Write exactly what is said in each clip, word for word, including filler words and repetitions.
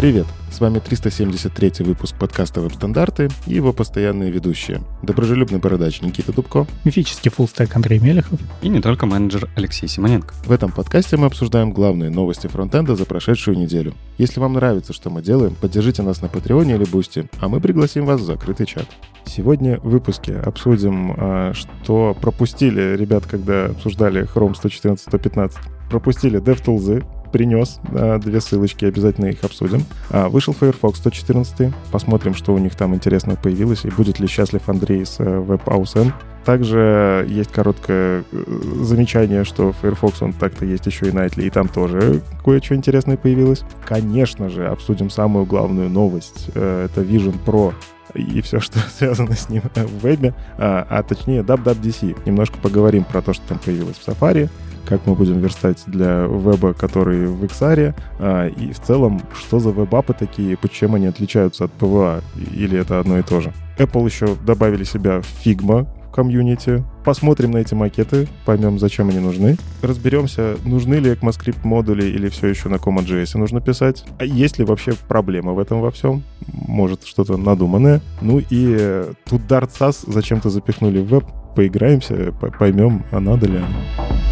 Привет! С вами триста семьдесят третий выпуск подкаста «Веб-стандарты» и его постоянные ведущие. Доброжелюбный бородач Никита Дубко. Мифический фуллстек Андрей Мелехов. И не только менеджер Алексей Симоненко. В этом подкасте мы обсуждаем главные новости фронтенда за прошедшую неделю. Если вам нравится, что мы делаем, поддержите нас на Патреоне или Бусти, а мы пригласим вас в закрытый чат. Сегодня в выпуске обсудим, что пропустили ребят, когда обсуждали Chrome сто четырнадцать сто пятнадцать. Пропустили DevTools, принес а, две ссылочки, обязательно их обсудим. А, вышел Firefox сто четырнадцать, посмотрим, что у них там интересного появилось, и будет ли счастлив Андрей с WebAuthn. Также есть короткое замечание, что Firefox, он так-то есть еще и Nightly, и там тоже кое-что интересное появилось. Конечно же, обсудим самую главную новость. Это Vision Pro и все, что связано с ним в вебе, а, а точнее даб даб ди си. Немножко поговорим про то, что там появилось в Safari, как мы будем верстать для веба, который в икс ар, а, и в целом, что за веб-апы такие, почему они отличаются от пи ви эй, или это одно и то же. Apple еще добавили себя в Figma в комьюнити. Посмотрим на эти макеты, поймем, зачем они нужны. Разберемся, нужны ли ECMAScript модули или все еще на CommonJS нужно писать. А есть ли вообще проблема в этом во всем? Может, что-то надуманное. Ну и тут Dart.Sass зачем-то запихнули в веб. Поиграемся, поймем, а надо ли оно.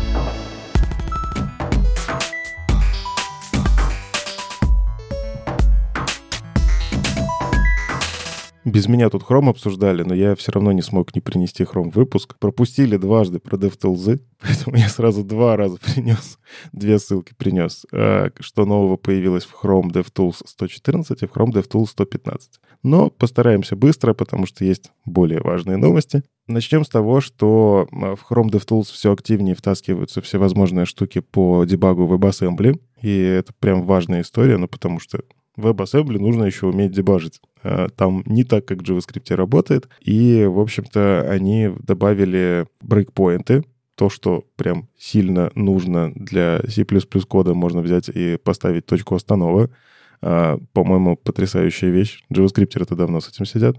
Без меня тут Chrome обсуждали, но я все равно не смог не принести Chrome в выпуск. Пропустили дважды про DevTools, поэтому я сразу два раза принес, две ссылки принес, что нового появилось в Chrome DevTools сто четырнадцать и в Chrome DevTools сто пятнадцать. Но постараемся быстро, потому что есть более важные новости. Начнем с того, что в Chrome DevTools все активнее втаскиваются всевозможные штуки по дебагу WebAssembly, и это прям важная история, ну потому что WebAssembly нужно еще уметь дебажить. Там не так, как в JavaScript работает. И, в общем-то, они добавили брейкпоинты. То, что прям сильно нужно для C++ кода, можно взять и поставить точку останова. По-моему, потрясающая вещь. JavaScripтеры-то давно с этим сидят.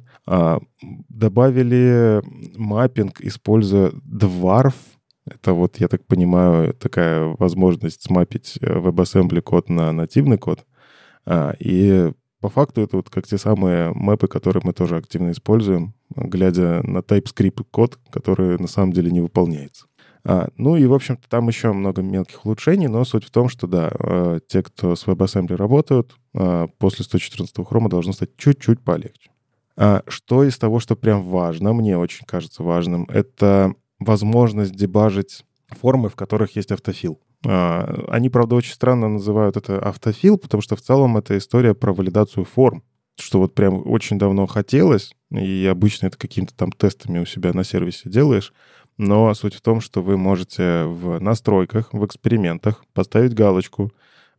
Добавили маппинг, используя Dwarf. Это вот, я так понимаю, такая возможность смаппить WebAssembly код на нативный код. А, и по факту это вот как те самые мэпы, которые мы тоже активно используем, глядя на TypeScript код, который на самом деле не выполняется. А, ну и, в общем-то, там еще много мелких улучшений, но суть в том, что, да, а, те, кто с WebAssembly работают, а, после сто четырнадцатого Chrome должно стать чуть-чуть полегче. А, что из того, что прям важно, мне очень кажется важным, это возможность дебажить формы, в которых есть автофил. Они, правда, очень странно называют это автофил, потому что в целом это история про валидацию форм, что вот прям очень давно хотелось, и обычно это какими-то там тестами у себя на сервисе делаешь, но суть в том, что вы можете в настройках, в экспериментах поставить галочку,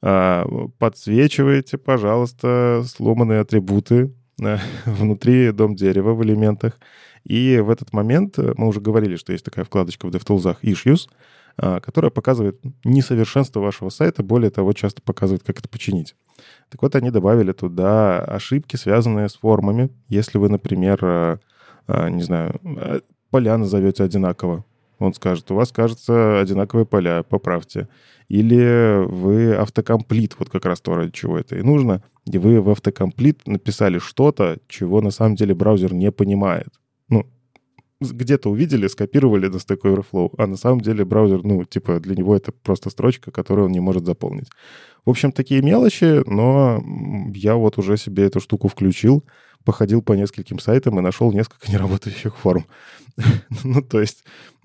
подсвечиваете, пожалуйста, сломанные атрибуты внутри дом дерева в элементах, и в этот момент мы уже говорили, что есть такая вкладочка в DevTools Issues, которая показывает несовершенство вашего сайта, более того, часто показывает, как это починить. Так вот, они добавили туда ошибки, связанные с формами. Если вы, например, не знаю, поля назовете одинаково, он скажет, у вас, кажется, одинаковые поля, поправьте. Или вы автокомплит, вот как раз то, ради чего это и нужно, и вы в автокомплит написали что-то, чего на самом деле браузер не понимает. Ну, где-то увидели, скопировали на Stack Overflow, а на самом деле браузер, ну, типа, для него это просто строчка, которую он не может заполнить. В общем, такие мелочи, но я вот уже себе эту штуку включил, походил по нескольким сайтам и нашел несколько неработающих форм. Ну, то есть,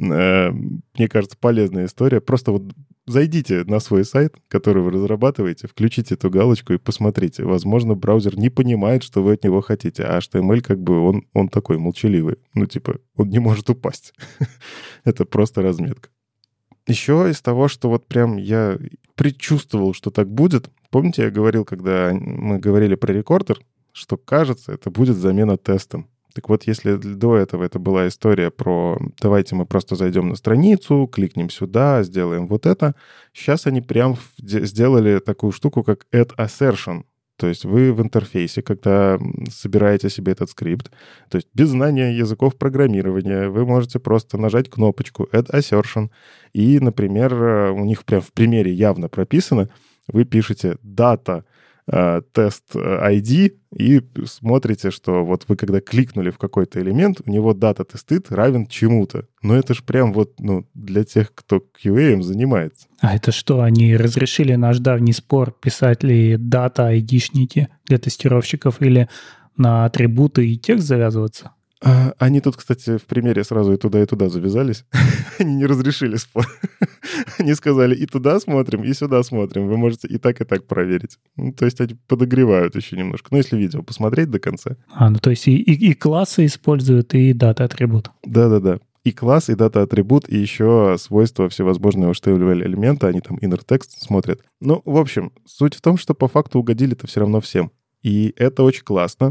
мне кажется, полезная история. Просто вот зайдите на свой сайт, который вы разрабатываете, включите эту галочку и посмотрите. Возможно, браузер не понимает, что вы от него хотите, а эйч ти эм эль как бы он, он такой молчаливый. Ну, типа, он не может упасть. Это просто разметка. Еще из того, что вот прям я предчувствовал, что так будет. Помните, я говорил, когда мы говорили про рекордер, что, кажется, это будет замена тестом. Так вот, если до этого это была история про давайте мы просто зайдем на страницу, кликнем сюда, сделаем вот это, сейчас они прям сделали такую штуку, как add assertion. То есть вы в интерфейсе, когда собираете себе этот скрипт, то есть без знания языков программирования, вы можете просто нажать кнопочку add assertion, и, например, у них прям в примере явно прописано, вы пишете data а, тест ай ди и смотрите, что вот вы когда кликнули в какой-то элемент, у него дата тестит равен чему-то. Но это ж прям вот ну, для тех, кто кью эй занимается. А это что, они разрешили наш давний спор, писать ли дата айдишники для тестировщиков или на атрибуты и текст завязываться? А, они тут, кстати, в примере сразу и туда, и туда завязались. Они не разрешили спор. Они сказали, и туда смотрим, и сюда смотрим. Вы можете и так, и так проверить. Ну, то есть они подогревают еще немножко. Ну, если видео посмотреть до конца. А, ну то есть и, и, и классы используют, и дата-атрибут. Да-да-да. И класс, и дата-атрибут, и еще свойства всевозможные эйч ти эм эль-элемента. Они там inner text смотрят. Ну, в общем, суть в том, что по факту угодили-то все равно всем. И это очень классно.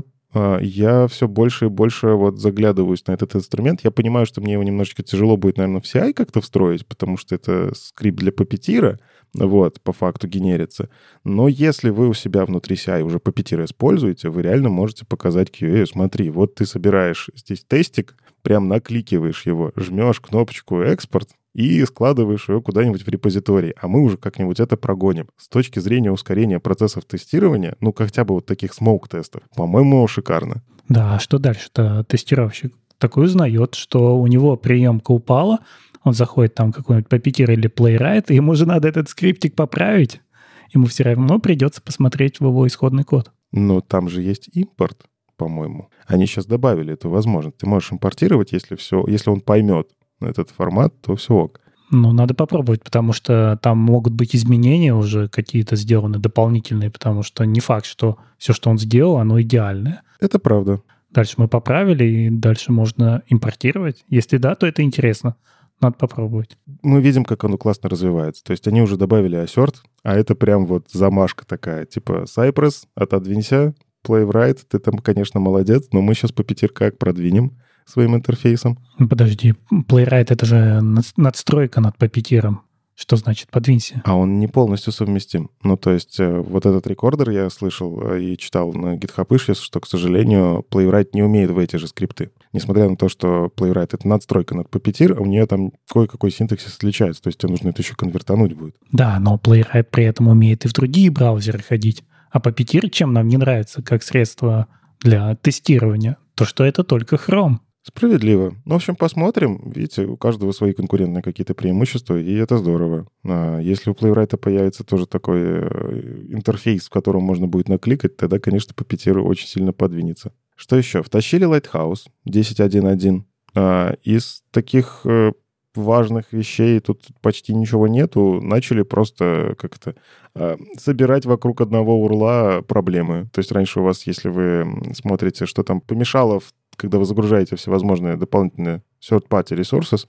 Я все больше и больше вот заглядываюсь на этот инструмент. Я понимаю, что мне его немножечко тяжело будет, наверное, в си ай как-то встроить, потому что это скрипт для Puppeteer, вот, по факту генерится. Но если вы у себя внутри си ай уже Puppeteer используете, вы реально можете показать кью эй, смотри, вот ты собираешь здесь тестик, прям накликиваешь его, жмешь кнопочку «Экспорт», и складываешь ее куда-нибудь в репозиторий, а мы уже как-нибудь это прогоним. С точки зрения ускорения процессов тестирования, ну, хотя бы вот таких смоук-тестов, по-моему, шикарно. Да, а что дальше-то? Тестировщик такой узнает, что у него приемка упала, он заходит там какой-нибудь Puppeteer или Playwright, и ему же надо этот скриптик поправить. Ему все равно придется посмотреть в его исходный код. Но там же есть импорт, по-моему. Они сейчас добавили эту возможность. Ты можешь импортировать, если все, если он поймет этот формат, то все ок. Ну, надо попробовать, потому что там могут быть изменения уже какие-то сделаны дополнительные, потому что не факт, что все, что он сделал, оно идеальное. Это правда. Дальше мы поправили, и дальше можно импортировать. Если да, то это интересно. Надо попробовать. Мы видим, как оно классно развивается. То есть они уже добавили assert, а это прям вот замашка такая. Типа Cypress, отодвинься, Playwright, ты там, конечно, молодец, но мы сейчас Puppeteer как продвинем своим интерфейсом. Подожди, Playwright — это же надстройка над Puppeteer. Что значит подвинься? А он не полностью совместим. Ну, то есть вот этот рекордер я слышал и читал на GitHub Issues, что, к сожалению, Playwright не умеет в эти же скрипты. Несмотря на то, что Playwright — это надстройка над Puppeteer, у нее там кое-какой синтаксис отличается. То есть тебе нужно это еще конвертануть будет. Да, но Playwright при этом умеет и в другие браузеры ходить. А Puppeteer чем нам не нравится как средство для тестирования? То, что это только Chrome. Справедливо. Ну, в общем, посмотрим. Видите, у каждого свои конкурентные какие-то преимущества, и это здорово. А если у Playwright появится тоже такой интерфейс, в котором можно будет накликать, тогда, конечно, Puppeteer очень сильно подвинется. Что еще? Втащили Lighthouse десять точка один точка один. А, из таких важных вещей тут почти ничего нету. Начали просто как-то собирать вокруг одного урла проблемы. То есть раньше у вас, если вы смотрите, что там помешало в когда вы загружаете всевозможные дополнительные third-party resources,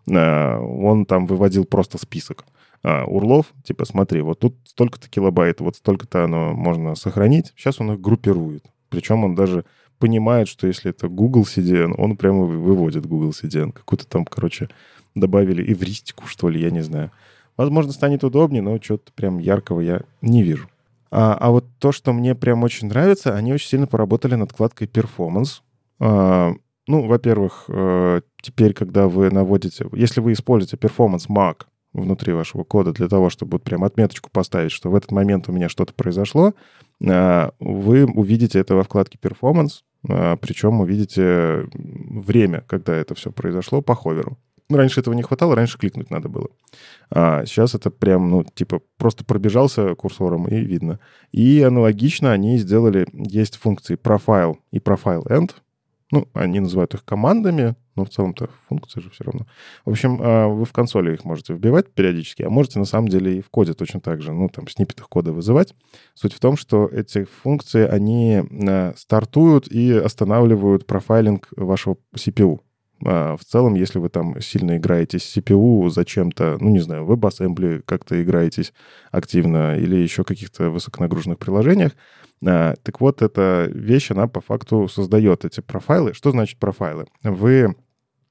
он там выводил просто список урлов, типа, смотри, вот тут столько-то килобайт, вот столько-то оно можно сохранить. Сейчас он их группирует. Причем он даже понимает, что если это Google си ди эн, он прямо выводит Google си ди эн. Какую-то там, короче, добавили эвристику, что ли, я не знаю. Возможно, станет удобнее, но чего-то прям яркого я не вижу. А, а вот то, что мне прям очень нравится, они очень сильно поработали над вкладкой Performance. Uh, ну, во-первых, uh, теперь, когда вы наводите... Если вы используете Performance Mark внутри вашего кода для того, чтобы вот прям отметочку поставить, что в этот момент у меня что-то произошло, uh, вы увидите это во вкладке Performance, uh, причем увидите время, когда это все произошло по ховеру. Ну, раньше этого не хватало, раньше кликнуть надо было. А сейчас это прям, ну, типа, просто пробежался курсором, и видно. И аналогично они сделали... Есть функции Profile и Profile End. Ну, они называют их командами, но в целом-то функции же все равно. В общем, вы в консоли их можете вбивать периодически, а можете на самом деле и в коде точно так же, ну, там, сниппет их кода вызывать. Суть в том, что эти функции, они стартуют и останавливают профайлинг вашего си пи ю. В целом, если вы там сильно играетесь с си пи ю зачем-то, ну, не знаю, в WebAssembly как-то играетесь активно или еще каких-то высоконагруженных приложениях, так вот, эта вещь, она по факту создает эти профайлы. Что значит профайлы? Вы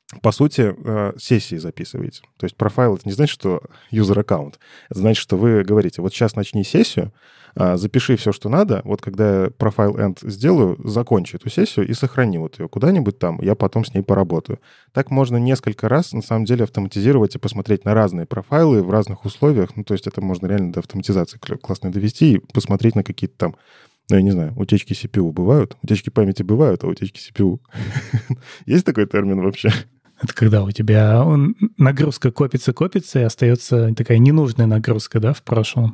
по сути, сессии записываете. То есть профайл — это не значит, что юзер-аккаунт. Это значит, что вы говорите, вот сейчас начни сессию, запиши все, что надо, вот когда я профайл end сделаю, закончи эту сессию и сохрани вот ее куда-нибудь там, я потом с ней поработаю. Так можно несколько раз, на самом деле, автоматизировать и посмотреть на разные профайлы в разных условиях. Ну, то есть это можно реально до автоматизации классно довести и посмотреть на какие-то там, ну, я не знаю, утечки си пи ю бывают, утечки памяти бывают, а утечки си пи ю... Есть такой термин вообще? Это когда у тебя нагрузка копится-копится, и остается такая ненужная нагрузка, да, в прошлом.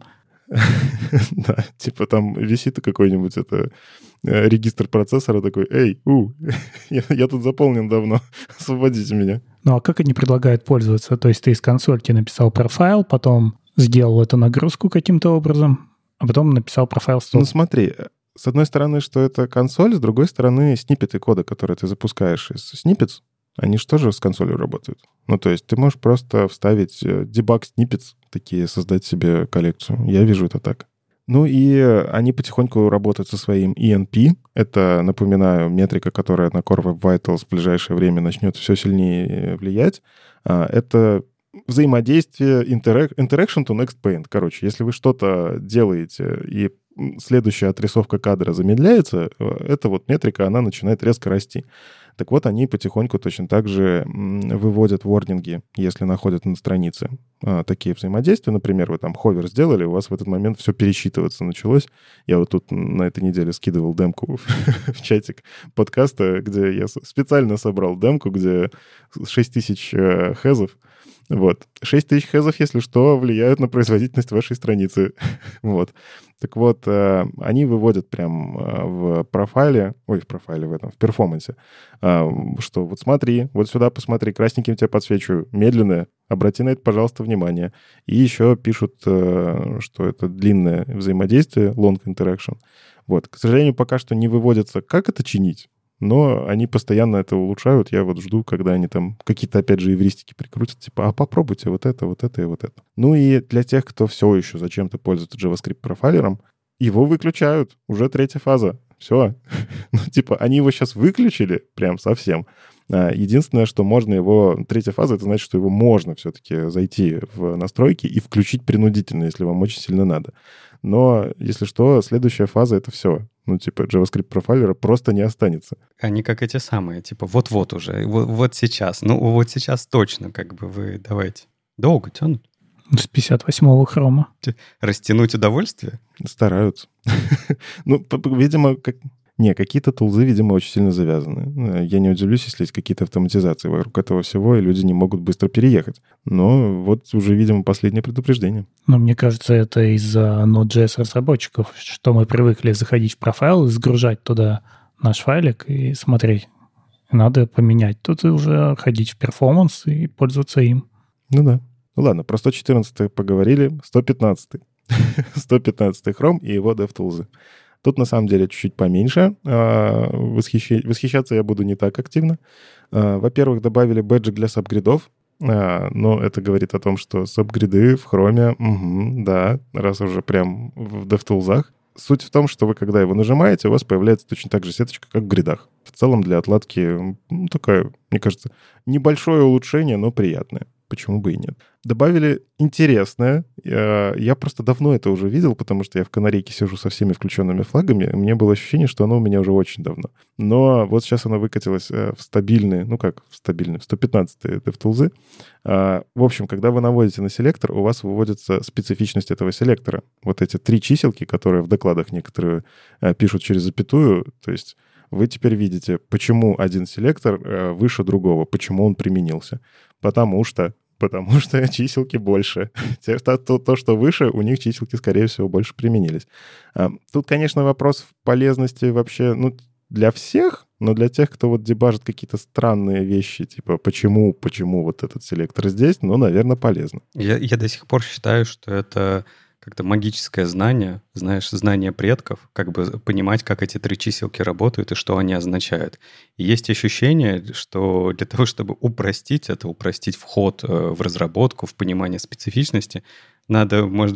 Да, типа там висит какой-нибудь это регистр процессора такой, эй, у, я, я тут заполнен давно, освободите меня. Ну а как они предлагают пользоваться? То есть ты из консольки написал профайл, потом сделал эту нагрузку каким-то образом, а потом написал профайл стоп. Ну смотри, с одной стороны, что это консоль, с другой стороны, сниппеты кода, которые ты запускаешь из сниппетс, они же тоже с консолью работают. Ну, то есть ты можешь просто вставить debug snippets, такие, создать себе коллекцию. Я вижу это так. Ну и они потихоньку работают со своим и эн пи. Это, напоминаю, метрика, которая на Core Web Vitals в ближайшее время начнет все сильнее влиять. Это взаимодействие, interaction to next paint. Короче, если вы что-то делаете, и следующая отрисовка кадра замедляется, эта вот метрика, она начинает резко расти. Так вот, они потихоньку точно так же выводят ворнинги, если находят на странице а, такие взаимодействия. Например, вы там ховер сделали, у вас в этот момент все пересчитываться началось. Я вот тут на этой неделе скидывал демку в чатик подкаста, где я специально собрал демку, где шесть тысяч хэзов. Вот. шесть тысяч хэзов, если что, влияют на производительность вашей страницы. Вот. Так вот, э, они выводят прям э, в профайле, ой, в профайле в этом, в перформансе, э, что вот смотри, вот сюда посмотри, красненьким тебя подсвечиваю, медленное, обрати на это, пожалуйста, внимание. И еще пишут, э, что это длинное взаимодействие, long interaction. Вот. К сожалению, пока что не выводится, как это чинить. Но они постоянно это улучшают. Я вот жду, когда они там какие-то, опять же, эвристики прикрутят. Типа, а попробуйте вот это, вот это и вот это. Ну и для тех, кто все еще зачем-то пользуется JavaScript-профайлером, его выключают. Уже третья фаза. Все. Ну, типа, они его сейчас выключили прям совсем. Единственное, что можно его... Третья фаза, это значит, что его можно все-таки зайти в настройки и включить принудительно, если вам очень сильно надо. Но, если что, следующая фаза — это все. Ну, типа, JavaScript-профайлера просто не останется. Они как эти самые, типа, вот-вот уже, вот, вот сейчас. Ну, вот сейчас точно, как бы вы давайте. Долго тянут. С пятьдесят восьмого хрома. Растянуть удовольствие? Стараются. Ну, видимо, как... Не, какие-то тулзы, видимо, очень сильно завязаны. Я не удивлюсь, если есть какие-то автоматизации вокруг этого всего, и люди не могут быстро переехать. Но вот уже, видимо, последнее предупреждение. Но мне кажется, это из-за Node.js разработчиков, что мы привыкли заходить в профайл, загружать туда наш файлик и смотреть. Надо поменять. Тут уже ходить в перформанс и пользоваться им. Ну да. Ну ладно, про сто четырнадцатый поговорили. сто пятнадцатый. сто пятнадцатый Chrome и его DevTools. Тут, на самом деле, чуть-чуть поменьше. Восхищ... Восхищаться я буду не так активно. Во-первых, добавили бэджик для сабгридов. Но это говорит о том, что сабгриды в Chrome, угу, да, раз уже прям в DevTools. Суть в том, что вы, когда его нажимаете, у вас появляется точно так же сеточка, как в гридах. В целом для отладки, ну, такое, мне кажется, небольшое улучшение, но приятное. Почему бы и нет? Добавили интересное. Я, я просто давно это уже видел, потому что я в канарейке сижу со всеми включенными флагами. У меня было ощущение, что оно у меня уже очень давно. Но вот сейчас оно выкатилось в стабильные, ну как в стабильные, в сто пятнадцатые DevTools. В общем, когда вы наводите на селектор, у вас выводится специфичность этого селектора. Вот эти три чиселки, которые в докладах некоторые пишут через запятую, то есть вы теперь видите, почему один селектор выше другого, почему он применился. Потому что, потому что чиселки больше. То, то, то, что выше, у них чиселки, скорее всего, больше применились. Тут, конечно, вопрос в полезности вообще, ну, для всех, но для тех, кто вот дебажит какие-то странные вещи, типа почему, почему вот этот селектор здесь, ну, наверное, полезно. Я, я до сих пор считаю, что это как-то магическое знание, знаешь, знание предков, как бы понимать, как эти три чиселки работают и что они означают. И есть ощущение, что для того, чтобы упростить это, упростить вход в разработку, в понимание специфичности, надо, может быть,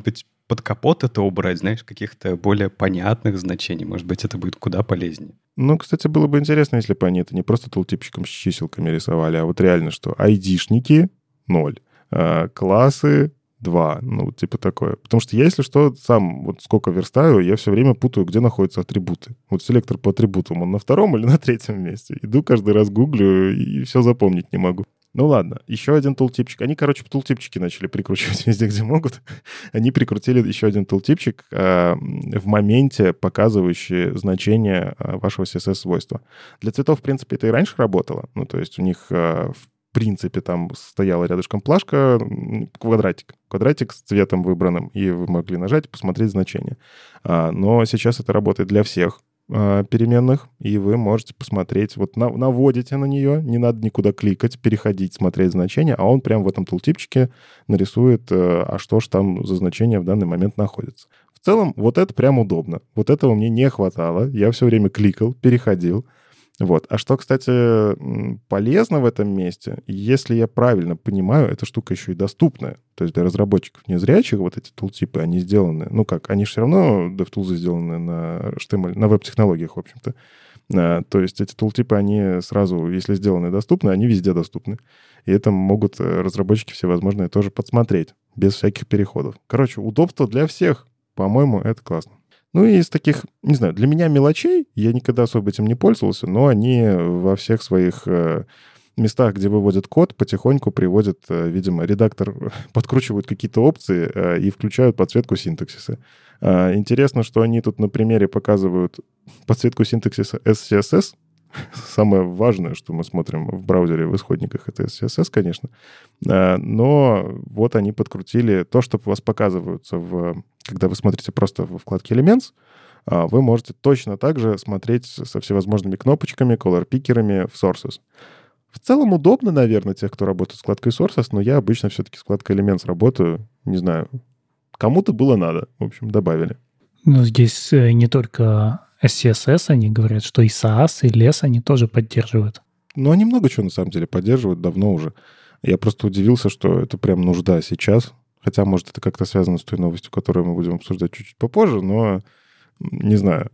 под капот это убрать, знаешь, каких-то более понятных значений. Может быть, это будет куда полезнее. Ну, кстати, было бы интересно, если бы они это не просто тултипчиком с чиселками рисовали, а вот реально, что айдишники — ноль, а классы — два, ну, вот типа такое. Потому что я, если что, сам вот сколько верстаю, я все время путаю, где находятся атрибуты. Вот селектор по атрибутам, он на втором или на третьем месте. Иду каждый раз гуглю и все запомнить не могу. Ну ладно, еще один тултипчик. Они, короче, тултипчики начали прикручивать везде, где могут. Они прикрутили еще один тултипчик э, в моменте, показывающий значение э, вашего си эс эс-свойства. Для цветов, в принципе, это и раньше работало. Ну, то есть у них, э, в принципе, там стояла рядышком плашка, квадратик. Квадратик с цветом выбранным, и вы могли нажать и посмотреть значение. А, но сейчас это работает для всех переменных, и вы можете посмотреть, вот на, наводите на нее, не надо никуда кликать, переходить, смотреть значение, а он прямо в этом тултипчике нарисует, а что ж там за значение в данный момент находится. В целом, вот это прям удобно. Вот этого мне не хватало. Я все время кликал, переходил. Вот. А что, кстати, полезно в этом месте, если я правильно понимаю, эта штука еще и доступная. То есть для разработчиков незрячих вот эти тултипы, они сделаны, ну как, они же все равно, DevTools сделаны на эйч ти эм эль, на веб-технологиях, в общем-то. А, то есть эти тултипы, они сразу, если сделаны доступны, они везде доступны. И это могут разработчики всевозможные тоже подсмотреть, без всяких переходов. Короче, удобство для всех. По-моему, это классно. Ну и из таких, не знаю, для меня мелочей, я никогда особо этим не пользовался, но они во всех своих э, местах, где выводят код, потихоньку приводят, э, видимо, редактор, подкручивают какие-то опции э, и включают подсветку синтаксиса. Э, интересно, что они тут на примере показывают подсветку синтаксиса эс си эс эс. Самое важное, что мы смотрим в браузере в исходниках, это эс си эс эс, конечно. Э, но вот они подкрутили то, что у вас показываются в... Когда вы смотрите просто во вкладке Elements, вы можете точно так же смотреть со всевозможными кнопочками, color-пикерами в Sources. В целом удобно, наверное, тех, кто работает с вкладкой Sources, но я обычно все-таки с вкладкой Elements работаю. Не знаю, кому-то было надо. В общем, добавили. Ну, здесь не только эс си эс эс, они говорят, что и саас, и лес они тоже поддерживают. Ну, они много чего, на самом деле, поддерживают давно уже. Я просто удивился, что это прям нужда сейчас. Хотя, может, это как-то связано с той новостью, которую мы будем обсуждать чуть-чуть попозже, но, не знаю.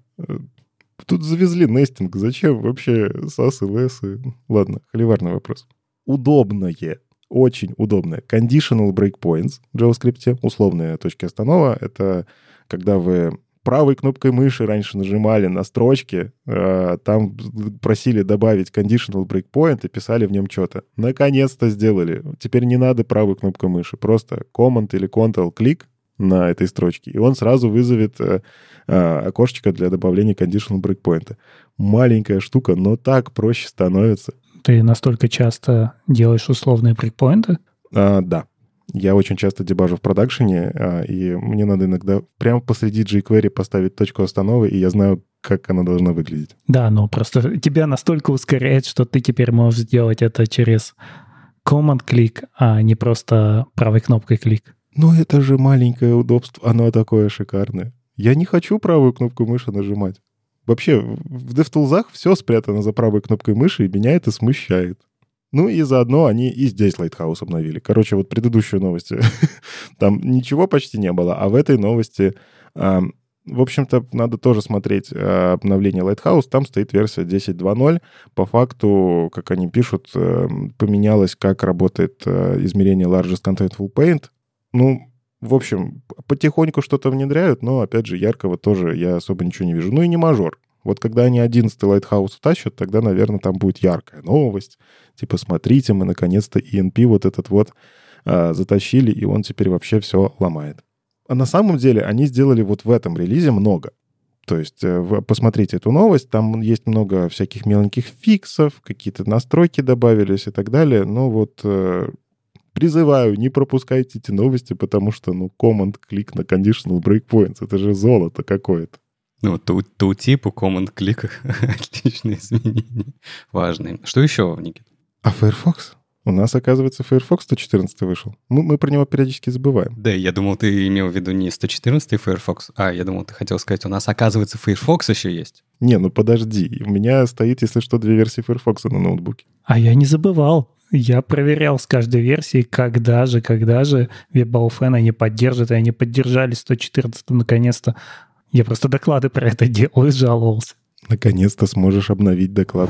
Тут завезли нестинг. Зачем вообще сасы, лесы? Ладно, холиварный вопрос. Удобное, очень удобное. Conditional breakpoints в JavaScript, условные точки останова. Это когда вы правой кнопкой мыши раньше нажимали на строчки, э, там просили добавить conditional breakpoint и писали в нем что-то. Наконец-то сделали. Теперь не надо правой кнопкой мыши. Просто Command или Ctrl-клик на этой строчке, и он сразу вызовет э, э, окошечко для добавления conditional breakpoint. Маленькая штука, но так проще становится. Ты настолько часто делаешь условные брейкпоинты? А, да. Я очень часто дебажу в продакшене, и мне надо иногда прямо посреди jQuery поставить точку остановы, и я знаю, как она должна выглядеть. Да, но просто тебя настолько ускоряет, что ты теперь можешь сделать это через Command-клик, а не просто правой кнопкой клик. Ну, это же маленькое удобство, оно такое шикарное. Я не хочу правую кнопку мыши нажимать. Вообще, в DevTools все спрятано за правой кнопкой мыши, и меня это смущает. Ну и заодно они и здесь Lighthouse обновили. Короче, вот предыдущие новости, там ничего почти не было, а в этой новости, э, в общем-то, надо тоже смотреть э, обновление Lighthouse. Там стоит версия десять два ноль. По факту, как они пишут, э, поменялось, как работает э, измерение Largest Contentful Paint. Ну, в общем, потихоньку что-то внедряют, но, опять же, яркого тоже я особо ничего не вижу. Ну и не мажор. Вот когда они одиннадцатый Lighthouse утащат, тогда, наверное, там будет яркая новость. Типа, смотрите, мы наконец-то и эн пи вот этот вот а, затащили, и он теперь вообще все ломает. А на самом деле они сделали вот в этом релизе много. То есть вы посмотрите эту новость, там есть много всяких меленьких фиксов, какие-то настройки добавились и так далее. Но вот э, призываю, не пропускайте эти новости, потому что, ну, command-клик на conditional breakpoints, это же золото какое-то. Ну, тултип у command-кликах отличные изменения. Важные. Что еще, Никит? А Firefox? У нас, оказывается, Firefox сто четырнадцатый вышел. Мы, мы про него периодически забываем. Да, я думал, ты имел в виду не сто четырнадцатый Firefox, а я думал, ты хотел сказать, у нас, оказывается, Firefox еще есть. Не, ну подожди. У меня стоит, если что, две версии Firefox на ноутбуке. А я не забывал. Я проверял с каждой версии, когда же, когда же WebAuthn они поддержат, и они поддержали сто четырнадцать наконец-то. Я просто доклады про это делал и жаловался. Наконец-то сможешь обновить доклад.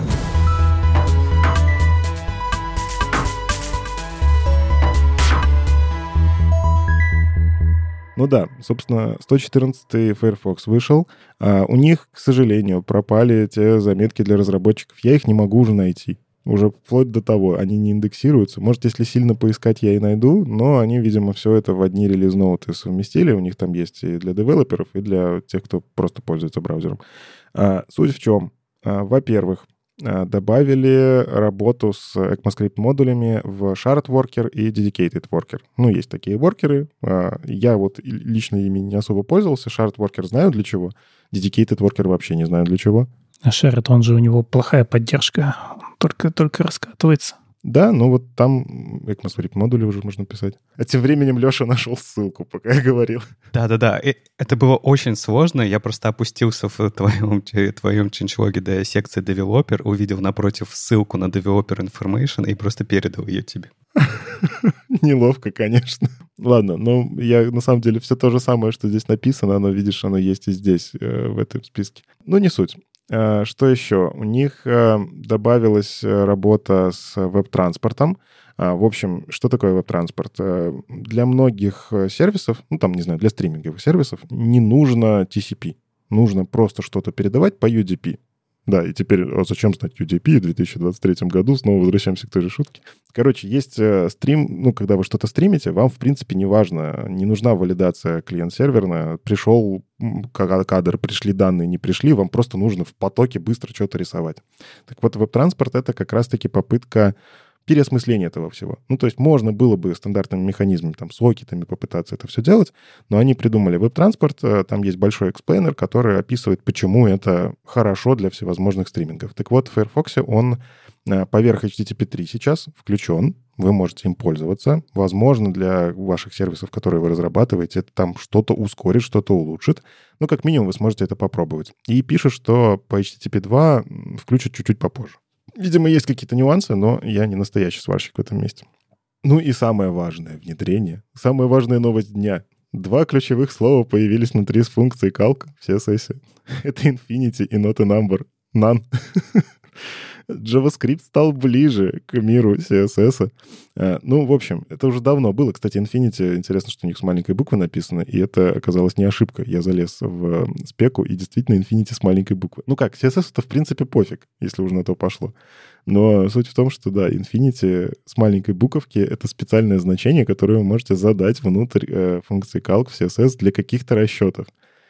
Ну да, собственно, сто четырнадцатый Firefox вышел. А у них, к сожалению, пропали те заметки для разработчиков. Я их не могу уже найти. Уже вплоть до того, они не индексируются. Может, если сильно поискать, я и найду, но они, видимо, все это в одни релиз-ноуты совместили. У них там есть и для девелоперов, и для тех, кто просто пользуется браузером. А, суть в чем? А, во-первых, добавили работу с ECMAScript модулями в Shared Worker и Dedicated Worker. Ну, есть такие воркеры. Я вот лично ими не особо пользовался. Shared Worker знаю для чего. Dedicated Worker вообще не знаю для чего. А Shared, он же у него плохая поддержка. Только, только раскатывается. Да, ну вот там ECMAScript модули уже можно писать. А тем временем Леша нашел ссылку, пока я говорил. Да-да-да, это было очень сложно. Я просто опустился в твоем, твоем changelog до секции Developer, увидел напротив ссылку на Developer Information и просто передал ее тебе. Неловко, конечно. Ладно, но я на самом деле все то же самое, что здесь написано, оно, видишь, оно есть и здесь, в этом списке. Ну, не суть. Что еще? У них добавилась работа с веб-транспортом. В общем, что такое веб-транспорт? Для многих сервисов, ну там, не знаю, для стриминговых сервисов не нужно ти си пи. Нужно просто что-то передавать по ю ди пи. Да, и теперь, а зачем знать ю ди пи в две тысячи двадцать третьем году? Снова возвращаемся к той же шутке. Короче, есть стрим, ну, когда вы что-то стримите, вам, в принципе, не важно, не нужна валидация клиент-серверная. Пришел кадр, пришли данные, не пришли, вам просто нужно в потоке быстро что-то рисовать. Так вот, веб-транспорт — это как раз-таки попытка переосмысление этого всего. Ну, то есть можно было бы стандартными механизмами, там, сокетами попытаться это все делать, но они придумали веб-транспорт, там есть большой эксплейнер, который описывает, почему это хорошо для всевозможных стримингов. Так вот, в Firefox он поверх эйч ти ти пи три сейчас включен, вы можете им пользоваться. Возможно, для ваших сервисов, которые вы разрабатываете, это там что-то ускорит, что-то улучшит. Ну, как минимум, вы сможете это попробовать. И пишет, что по эйч ти ти пи два включат чуть-чуть попозже. Видимо, есть какие-то нюансы, но я не настоящий сварщик в этом месте. Ну и самое важное внедрение. Самая важная новость дня. Два ключевых слова появились внутри с функцией calc в си эс эс. Это Infinity и not a number. None. JavaScript стал ближе к миру си эс эс. Ну, в общем, это уже давно было. Кстати, Infinity, интересно, что у них с маленькой буквы написано, и это оказалось не ошибка. Я залез в спеку, и действительно Infinity с маленькой буквы. Ну как, си эс эс-то в принципе пофиг, если уже на то пошло. Но суть в том, что да, Infinity с маленькой буковки — это специальное значение, которое вы можете задать внутрь э, функции calc в си эс эс для каких-то расчетов.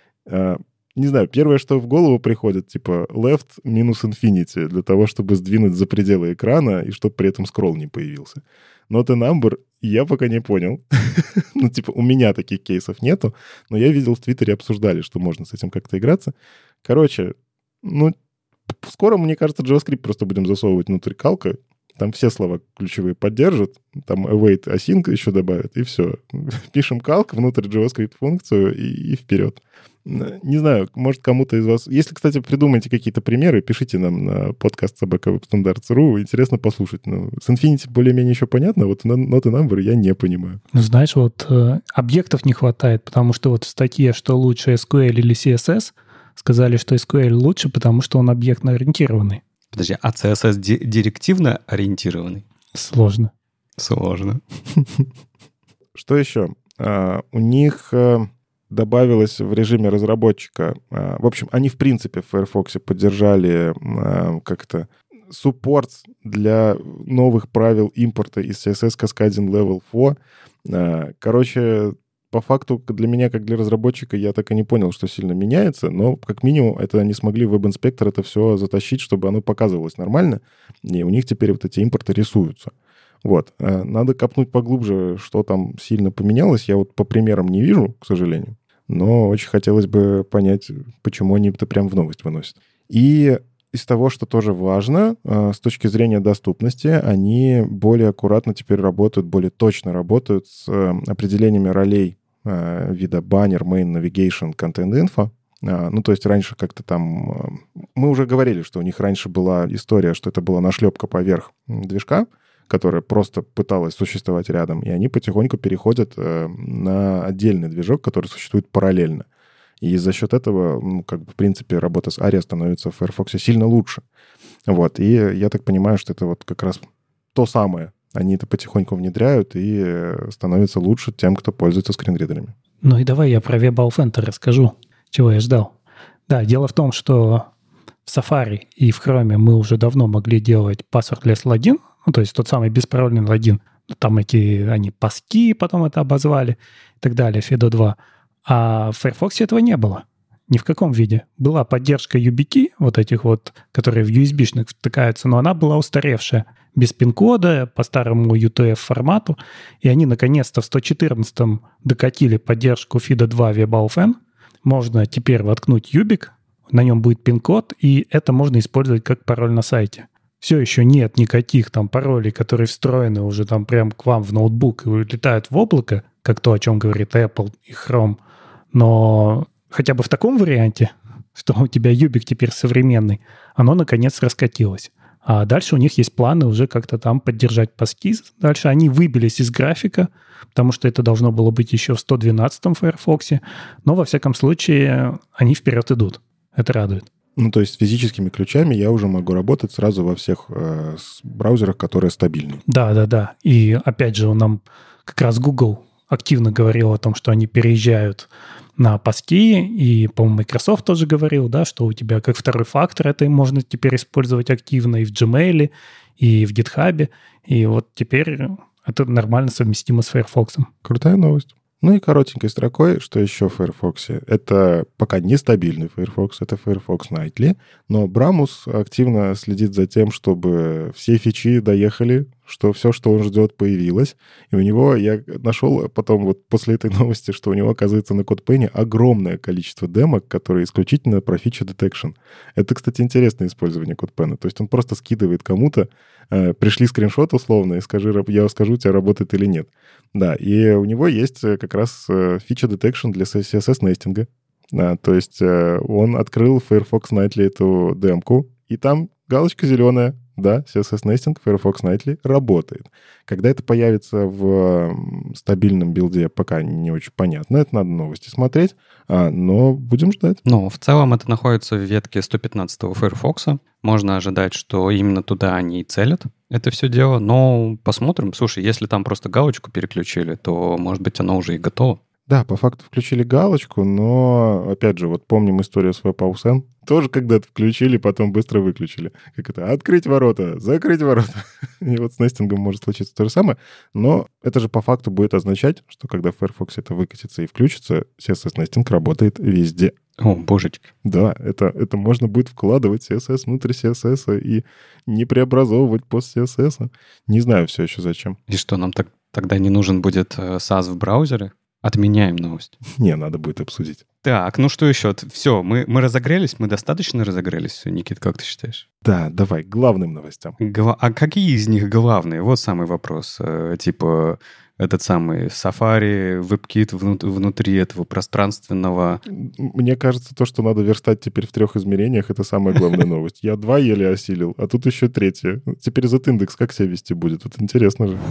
Не знаю, первое, что в голову приходит, типа left минус infinity, для того, чтобы сдвинуть за пределы экрана и чтобы при этом скролл не появился. Not a number я пока не понял. Ну, типа, у меня таких кейсов нету, но я видел в Твиттере, обсуждали, что можно с этим как-то играться. Короче, ну, скоро, мне кажется, JavaScript просто будем засовывать внутрь калка. Там все слова ключевые поддержат, там await async еще добавят, и все. Пишем calc внутрь JavaScript-функцию и, и вперед. Не знаю, может, кому-то из вас... Если, кстати, придумаете какие-то примеры, пишите нам на подкаст собака веб-стандарт точка ру. Интересно послушать. Ну, с Infinity более-менее еще понятно, вот not a number я не понимаю. Ну, знаешь, вот э, объектов не хватает, потому что вот в статье, что лучше эс ку эль или си эс эс, сказали, что эс ку эль лучше, потому что он объектно-ориентированный. Подожди, а си эс эс директивно ориентированный? Сложно. Сложно. Что еще? А, у них а, добавилось в режиме разработчика... А, в общем, они, в принципе, в Firefox поддержали а, как-то суппорт для новых правил импорта из си эс эс Cascading Level четыре. А, короче... По факту, для меня, как для разработчика, я так и не понял, что сильно меняется, но как минимум это они смогли в WebInspector это все затащить, чтобы оно показывалось нормально, и у них теперь вот эти импорты рисуются. Вот. Надо копнуть поглубже, что там сильно поменялось. Я вот по примерам не вижу, к сожалению, но очень хотелось бы понять, почему они это прям в новость выносят. И из того, что тоже важно, с точки зрения доступности, они более аккуратно теперь работают, более точно работают с определениями ролей вида banner, main, navigation, content info. Ну, то есть раньше как-то там... Мы уже говорили, что у них раньше была история, что это была нашлепка поверх движка, которая просто пыталась существовать рядом, и они потихоньку переходят э, на отдельный движок, который существует параллельно. И за счет этого, ну, как бы, в принципе, работа с Aria становится в Firefox сильно лучше. Вот. И я так понимаю, что это вот как раз то самое. Они это потихоньку внедряют и становится лучше тем, кто пользуется скринридерами. Ну и давай я про WebAuthn расскажу, чего я ждал. Да, дело в том, что в Safari и в Chrome мы уже давно могли делать passwordless логин, ну, то есть тот самый беспарольный логин. Там эти, они паски потом это обозвали и так далее, фидо два. А в Firefox этого не было. Ни в каком виде. Была поддержка ю би кей, вот этих вот, которые в ю эс би-шных втыкаются, но она была устаревшая. Без пин-кода, по старому ю ти эф-формату. И они, наконец-то, в сто четырнадцатом докатили поддержку фидо два WebAuthn. Можно теперь воткнуть юбик, на нем будет пин-код, и это можно использовать как пароль на сайте. Все еще нет никаких там паролей, которые встроены уже там прям к вам в ноутбук и улетают в облако, как то, о чем говорит Apple и Chrome. Но хотя бы в таком варианте, что у тебя юбик теперь современный, оно, наконец, раскатилось. А дальше у них есть планы уже как-то там поддержать паски. Дальше они выбились из графика, потому что это должно было быть еще в сто двенадцатом Firefox. Но, во всяком случае, они вперед идут. Это радует. Ну, то есть с физическими ключами я уже могу работать сразу во всех э, браузерах, которые стабильны. Да, да, да. И опять же, нам как раз Google активно говорил о том, что они переезжают на паски, и, по-моему, Microsoft тоже говорил, да, что у тебя как второй фактор это можно теперь использовать активно и в Gmail, и в GitHub, и вот теперь это нормально совместимо с Firefox. Крутая новость. Ну и коротенькой строкой, что еще в Firefox? Это пока нестабильный Firefox, это Firefox Nightly, но Брамус активно следит за тем, чтобы все фичи доехали, что все, что он ждет, появилось. И у него, я нашел потом вот после этой новости, что у него, оказывается, на CodePen огромное количество демок, которые исключительно про фичи detection. Это, кстати, интересное использование CodePen. То есть он просто скидывает кому-то, э, пришли скриншот условно, и скажи, я скажу, у тебя работает или нет. Да, и у него есть как раз фича detection для си эс эс-нестинга. Да, то есть э, он открыл Firefox Nightly эту демку, и там галочка зеленая. Да, си эс эс-нестинг Firefox Nightly работает. Когда это появится в стабильном билде, пока не очень понятно. Это надо новости смотреть, а, но будем ждать. Ну, в целом это находится в ветке сто пятнадцатого Firefox. Можно ожидать, что именно туда они и целят это все дело. Но посмотрим. Слушай, если там просто галочку переключили, то, может быть, оно уже и готово. Да, по факту включили галочку, но, опять же, вот помним историю с WebAuthn. Тоже когда-то включили, потом быстро выключили. Как это? Открыть ворота, закрыть ворота. И вот с нестингом может случиться то же самое. Но это же по факту будет означать, что когда в Firefox это выкатится и включится, си эс эс-нестинг работает везде. О, божечки. Да, это, это можно будет вкладывать си эс эс внутрь си эс эс и не преобразовывать пост си эс эс. Не знаю все еще зачем. И что, нам так, тогда не нужен будет сас в браузере? Отменяем новость. Не, надо будет обсудить. Так, ну что еще? Все, мы, мы разогрелись, мы достаточно разогрелись. Все, Никит, как ты считаешь? Да, давай, к главным новостям. Гла- а какие из них главные? Вот самый вопрос. Э, типа этот самый Safari, WebKit внут- внутри этого пространственного... Мне кажется, то, что надо верстать теперь в трех измерениях, это самая главная новость. Я два еле осилил, а тут еще третье. Теперь Z-индекс как себя вести будет? Вот интересно же.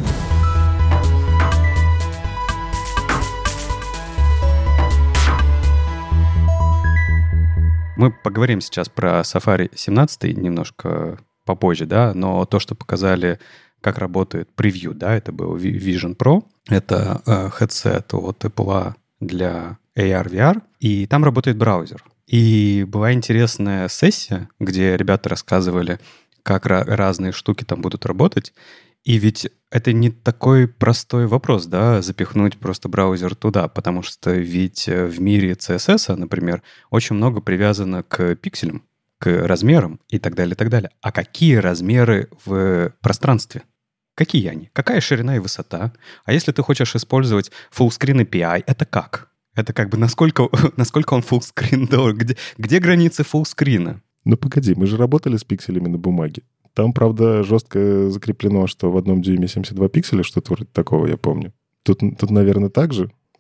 Мы поговорим сейчас про Safari семнадцать немножко попозже, да, но то, что показали, как работает превью, да, это был Vision Pro, это э, headset от Apple для эй ар-ви ар, и там работает браузер. И была интересная сессия, где ребята рассказывали, как ra- разные штуки там будут работать. И ведь это не такой простой вопрос, да, запихнуть просто браузер туда, потому что ведь в мире си эс эс, например, очень много привязано к пикселям, к размерам и так далее, и так далее. А какие размеры в пространстве? Какие они? Какая ширина и высота? А если ты хочешь использовать fullscreen эй пи ай, это как? Это как бы насколько, насколько он fullscreen должен? Где, где границы fullscreen? Ну погоди, мы же работали с пикселями на бумаге. Там, правда, жестко закреплено, что в одном дюйме семьдесят два пикселя, что-то вроде такого, я помню. Тут, тут наверное, так же.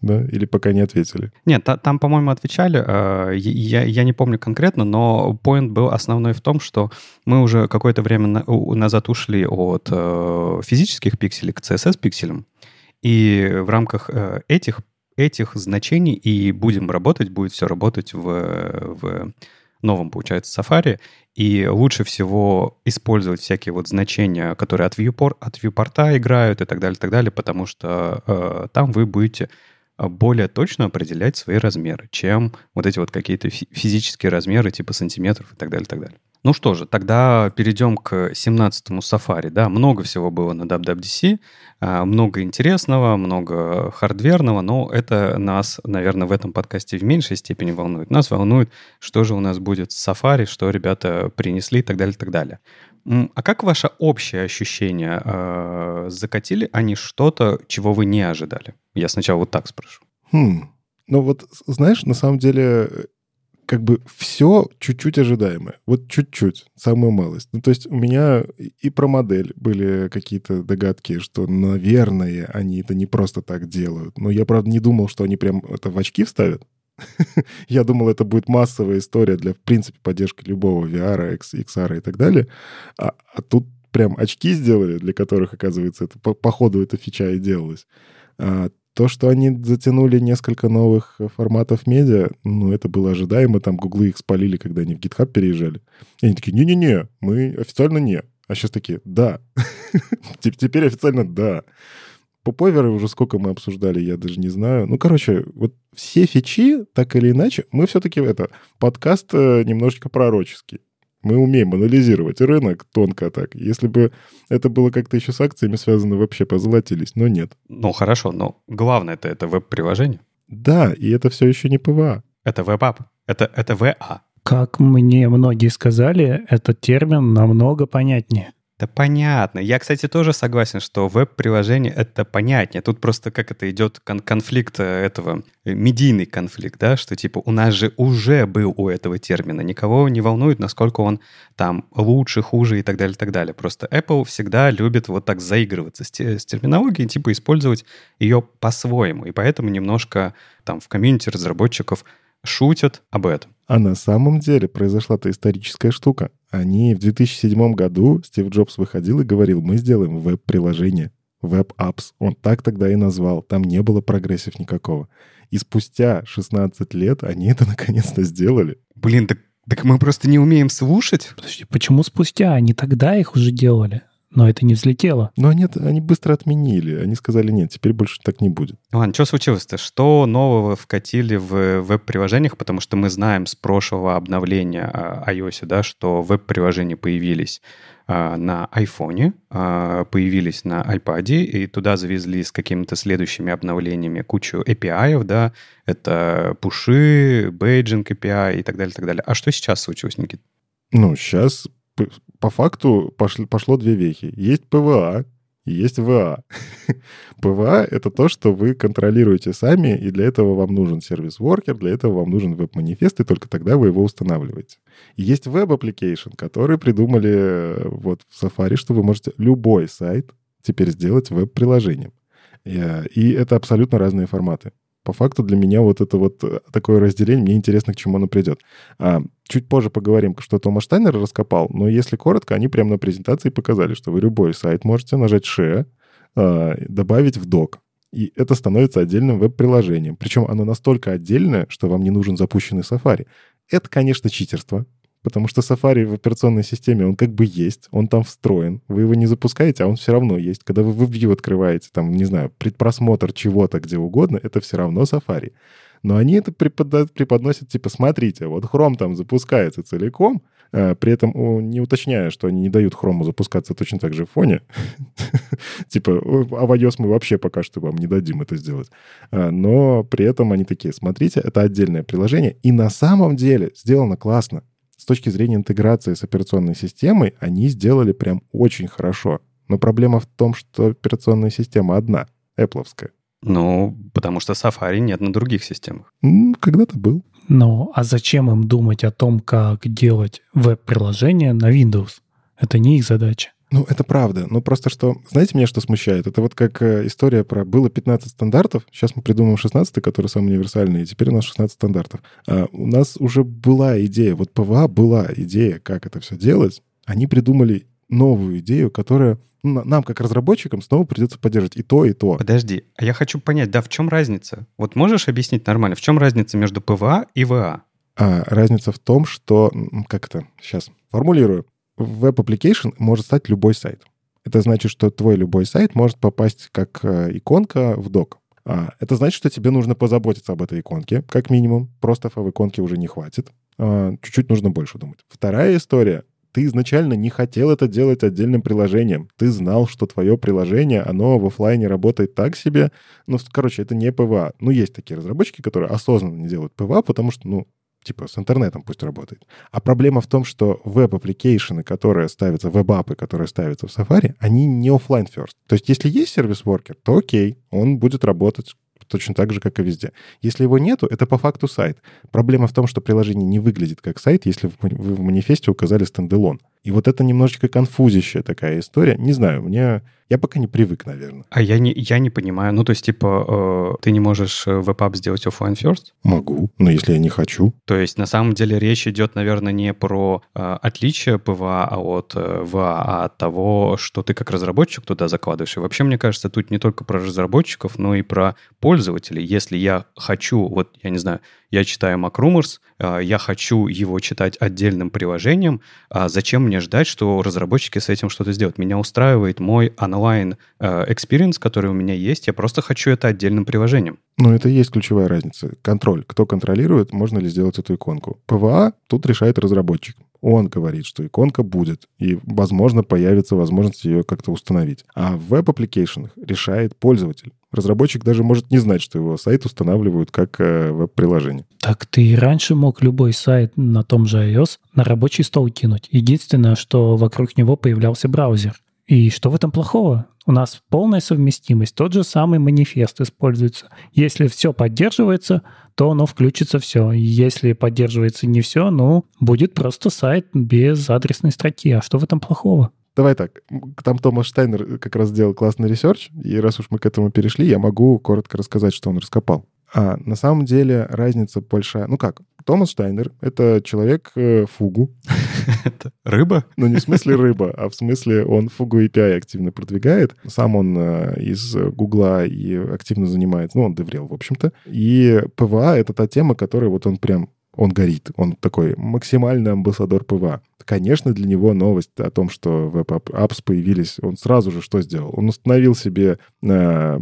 да? Или пока не ответили? Нет, та, там, по-моему, отвечали. Я, я не помню конкретно, но поинт был основной в том, что мы уже какое-то время на, назад ушли от э, физических пикселей к си эс эс-пикселям. И в рамках э, этих, этих значений и будем работать, будет все работать в, в новом, получается, Safari. И лучше всего использовать всякие вот значения, которые от viewport, от viewport играют и так далее, и так далее, потому что э, там вы будете более точно определять свои размеры, чем вот эти вот какие-то физические размеры типа сантиметров и так далее, и так далее. Ну что же, тогда перейдем к семнадцатому Safari. Да, много всего было на дабл ю дабл ю ди си, много интересного, много хардверного, но это нас, наверное, в этом подкасте в меньшей степени волнует. Нас волнует, что же у нас будет с Safari, что ребята принесли и так далее, и так далее. А как ваше общее ощущение? Закатили они что-то, чего вы не ожидали? Я сначала вот так спрошу. Хм. Ну вот, знаешь, на самом деле... как бы все чуть-чуть ожидаемое. Вот чуть-чуть, самую малость. Ну, то есть у меня и про модель были какие-то догадки, что, наверное, они это не просто так делают. Но я, правда, не думал, что они прям это в очки вставят. Я думал, это будет массовая история для, в принципе, поддержки любого ви ар, икс ар и так далее. А, а тут прям очки сделали, для которых, оказывается, это по, по ходу эта фича и делалась. А, То, что они затянули несколько новых форматов медиа, ну, это было ожидаемо. Там гуглы их спалили, когда они в GitHub переезжали. И они такие, не-не-не, мы официально не. А сейчас такие, да. Теперь официально да. Поповеры уже сколько мы обсуждали, я даже не знаю. Ну, короче, вот все фичи, так или иначе, мы все-таки, это, подкаст немножечко пророческий. Мы умеем анализировать рынок тонко так. Если бы это было как-то еще с акциями связано, вообще позолотились, но нет. Ну, хорошо, но главное это, это веб-приложение. Да, и это все еще не пи ви эй. Это веб-ап. Это, это ви эй. Как мне многие сказали, этот термин намного понятнее. Да понятно. Я, кстати, тоже согласен, что веб-приложение — это понятнее. Тут просто как это идет кон- конфликт этого, медийный конфликт, да, что типа у нас же уже был у этого термина. Никого не волнует, насколько он там лучше, хуже и так далее, и так далее. Просто Apple всегда любит вот так заигрываться с, те- с терминологией, типа использовать ее по-своему. И поэтому немножко там в комьюнити разработчиков шутят об этом. А на самом деле произошла-то историческая штука. Они в две тысячи седьмом году, Стив Джобс выходил и говорил, мы сделаем веб-приложение, веб-апс. Он так тогда и назвал. Там не было прогрессив никакого. И спустя шестнадцать лет они это наконец-то сделали. Блин, так, так мы просто не умеем слушать? Подожди, почему спустя? Они тогда их уже делали. Но это не взлетело. Но они, они быстро отменили. Они сказали, нет, теперь больше так не будет. Ладно, что случилось-то? Что нового вкатили в веб-приложениях? Потому что мы знаем с прошлого обновления iOS, да, что веб-приложения появились а, на айфоне, а, появились на iPad, и туда завезли с какими-то следующими обновлениями кучу эй пи ай, да, это пуши, бейджинг эй пи ай и так далее, и так далее. А что сейчас случилось, Никит? Ну, сейчас... По факту пошли, пошло две вехи. Есть пи ви эй и есть ви эй. пи ви эй — это то, что вы контролируете сами, и для этого вам нужен сервис-воркер, для этого вам нужен веб-манифест, и только тогда вы его устанавливаете. И есть веб-аппликейшн, который придумали вот в Safari, что вы можете любой сайт теперь сделать веб-приложением. И это абсолютно разные форматы. По факту для меня вот это вот такое разделение, мне интересно, к чему оно придет. А, чуть позже поговорим, что Томас Штайнер раскопал, но если коротко, они прямо на презентации показали, что вы любой сайт можете нажать share, а, добавить в док, и это становится отдельным веб-приложением. Причем оно настолько отдельное, что вам не нужен запущенный Safari. Это, конечно, читерство, потому что Safari в операционной системе, он как бы есть, он там встроен. Вы его не запускаете, а он все равно есть. Когда вы WebView открываете, там, не знаю, предпросмотр чего-то где угодно, это все равно Safari. Но они это преподносят, типа, смотрите, вот Chrome там запускается целиком, при этом не уточняя, что они не дают Chrome запускаться точно так же в фоне. Типа, а в iOS мы вообще пока что вам не дадим это сделать. Но при этом они такие, смотрите, это отдельное приложение, и на самом деле сделано классно. С точки зрения интеграции с операционной системой, они сделали прям очень хорошо. Но проблема в том, что операционная система одна, Apple'овская. Ну, потому что Safari нет на других системах. Когда-то был. Ну, а зачем им думать о том, как делать веб-приложение на Windows? Это не их задача. Ну, это правда. Ну, просто что... Знаете, меня что смущает? Это вот как история про... Было пятнадцать стандартов, сейчас мы придумаем шестнадцатый, который самый универсальный, и теперь у нас шестнадцать стандартов. А у нас уже была идея, вот ПВА была идея, как это все делать. Они придумали новую идею, которая... Нам, как разработчикам, снова придется поддерживать и то, и то. Подожди, а я хочу понять, да, в чем разница? Вот можешь объяснить нормально, в чем разница между ПВА и ВА? А разница в том, что... Как это? Сейчас формулирую. Веб-аппликейшн может стать любой сайт. Это значит, что твой любой сайт может попасть как иконка в док. А это значит, что тебе нужно позаботиться об этой иконке, как минимум. Просто в иконке уже не хватит. А чуть-чуть нужно больше думать. Вторая история. Ты изначально не хотел это делать отдельным приложением. Ты знал, что твое приложение, оно в офлайне работает так себе. Ну, короче, это не ПВА. Ну, есть такие разработчики, которые осознанно не делают ПВА, потому что, ну, типа с интернетом пусть работает. А проблема в том, что веб-аппликейшены, которые ставятся, веб-апы, которые ставятся в Safari, они не офлайн first. То есть если есть сервис-воркер, то окей, он будет работать точно так же, как и везде. Если его нету, это по факту сайт. Проблема в том, что приложение не выглядит как сайт, если вы в манифесте указали стендалон. И вот это немножечко конфузящая такая история. Не знаю, мне... Я пока не привык, наверное. А я не, я не понимаю. Ну, то есть, типа, э, ты не можешь веб-ап сделать офлайн first? Могу, но если я не хочу. То есть, на самом деле, речь идет, наверное, не про э, отличие ПВА от э, ВА, а от того, что ты как разработчик туда закладываешь. И вообще, мне кажется, тут не только про разработчиков, но и про пользователей. Если я хочу, вот, я не знаю, я читаю MacRumors, э, я хочу его читать отдельным приложением, а зачем мне ждать, что разработчики с этим что-то сделают? Меня устраивает мой онлайн experience, который у меня есть, я просто хочу это отдельным приложением. Ну, это и есть ключевая разница. Контроль. Кто контролирует, можно ли сделать эту иконку. ПВА тут решает разработчик. Он говорит, что иконка будет, и, возможно, появится возможность ее как-то установить. А в веб-аппликейшенах решает пользователь. Разработчик даже может не знать, что его сайт устанавливают как э, веб-приложение. Так ты и раньше мог любой сайт на том же iOS на рабочий стол кинуть. Единственное, что вокруг него появлялся браузер. И что в этом плохого? У нас полная совместимость, тот же самый манифест используется. Если все поддерживается, то оно включится все. Если поддерживается не все, ну, будет просто сайт без адресной строки. А что в этом плохого? Давай так, там Томас Штайнер как раз сделал классный ресерч, и раз уж мы к этому перешли, я могу коротко рассказать, что он раскопал. А на самом деле разница большая. Ну как, Томас Штайнер — это человек э, фугу. Это рыба? Ну не в смысле рыба, а в смысле он фугу эй пи ай активно продвигает. Сам он э, из Гугла и активно занимается, ну он деврел, в общем-то. И ПВА — это та тема, которая вот он прям, он горит. Он такой максимальный амбассадор ПВА. Конечно, для него новость о том, что веб-апps появились, он сразу же что сделал? Он установил себе э,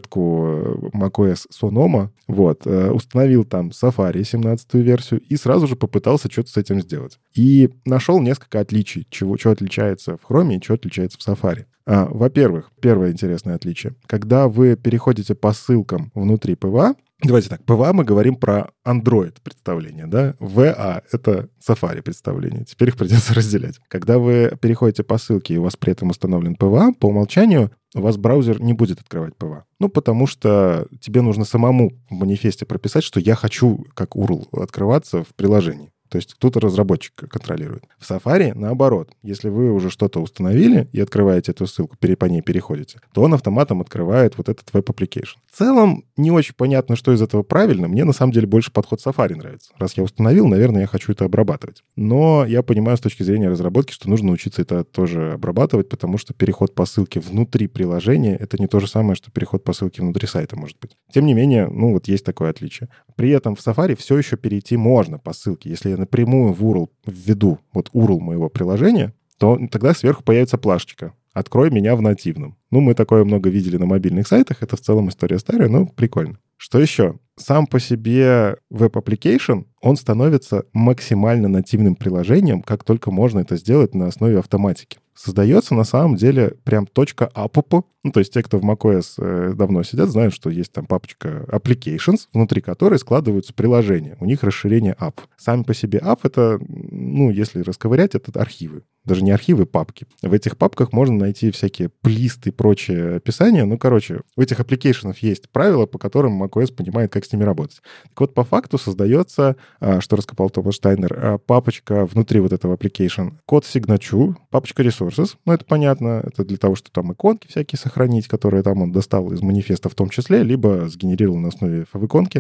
бетку macOS Sonoma, вот, э, установил там Safari семнадцатую версию и сразу же попытался что-то с этим сделать. И нашел несколько отличий, чего, что отличается в Chrome и что отличается в Safari. А, во-первых, первое интересное отличие. Когда вы переходите по ссылкам внутри ПВА, давайте так, ПВА мы говорим про Android представление, да? ВА — это Safari представление. Теперь их придется разделять. Когда вы переходите по ссылке, и у вас при этом установлен ПВА, по умолчанию у вас браузер не будет открывать ПВА. Ну, потому что тебе нужно самому в манифесте прописать, что я хочу, как ю ар эл, открываться в приложении. То есть тут разработчик контролирует. В Safari, наоборот, если вы уже что-то установили и открываете эту ссылку, по ней переходите, то он автоматом открывает вот этот веб-аппликейшн. В целом, не очень понятно, что из этого правильно. Мне, на самом деле, больше подход Safari нравится. Раз я установил, наверное, я хочу это обрабатывать. Но я понимаю с точки зрения разработки, что нужно учиться это тоже обрабатывать, потому что переход по ссылке внутри приложения — это не то же самое, что переход по ссылке внутри сайта, может быть. Тем не менее, ну вот есть такое отличие. При этом в Safari все еще перейти можно по ссылке. Если я напрямую в ю ар эл введу вот ю ар эл моего приложения, то тогда сверху появится плашечка «Открой меня в нативном». Ну, мы такое много видели на мобильных сайтах. Это в целом история старая, но прикольно. Что еще? Сам по себе веб-аппликейшн, он становится максимально нативным приложением, как только можно это сделать на основе автоматики. Создается на самом деле прям точка app. Ну, то есть те, кто в macOS э, давно сидят, знают, что есть там папочка applications, внутри которой складываются приложения. У них расширение app. Сами по себе app — это, ну, если расковырять, это архивы. Даже не архивы, папки. В этих папках можно найти всякие плисты и прочее описания. Ну, короче, у этих applications есть правила, по которым macOS понимает, как с ними работать. Так вот, по факту создается, что раскопал Томас Штайнер, папочка внутри вот этого application, код signature, папочка resources, ну, это понятно, это для того, чтобы там иконки всякие сохранить, которые там он достал из манифеста в том числе, либо сгенерировал на основе фав-иконки.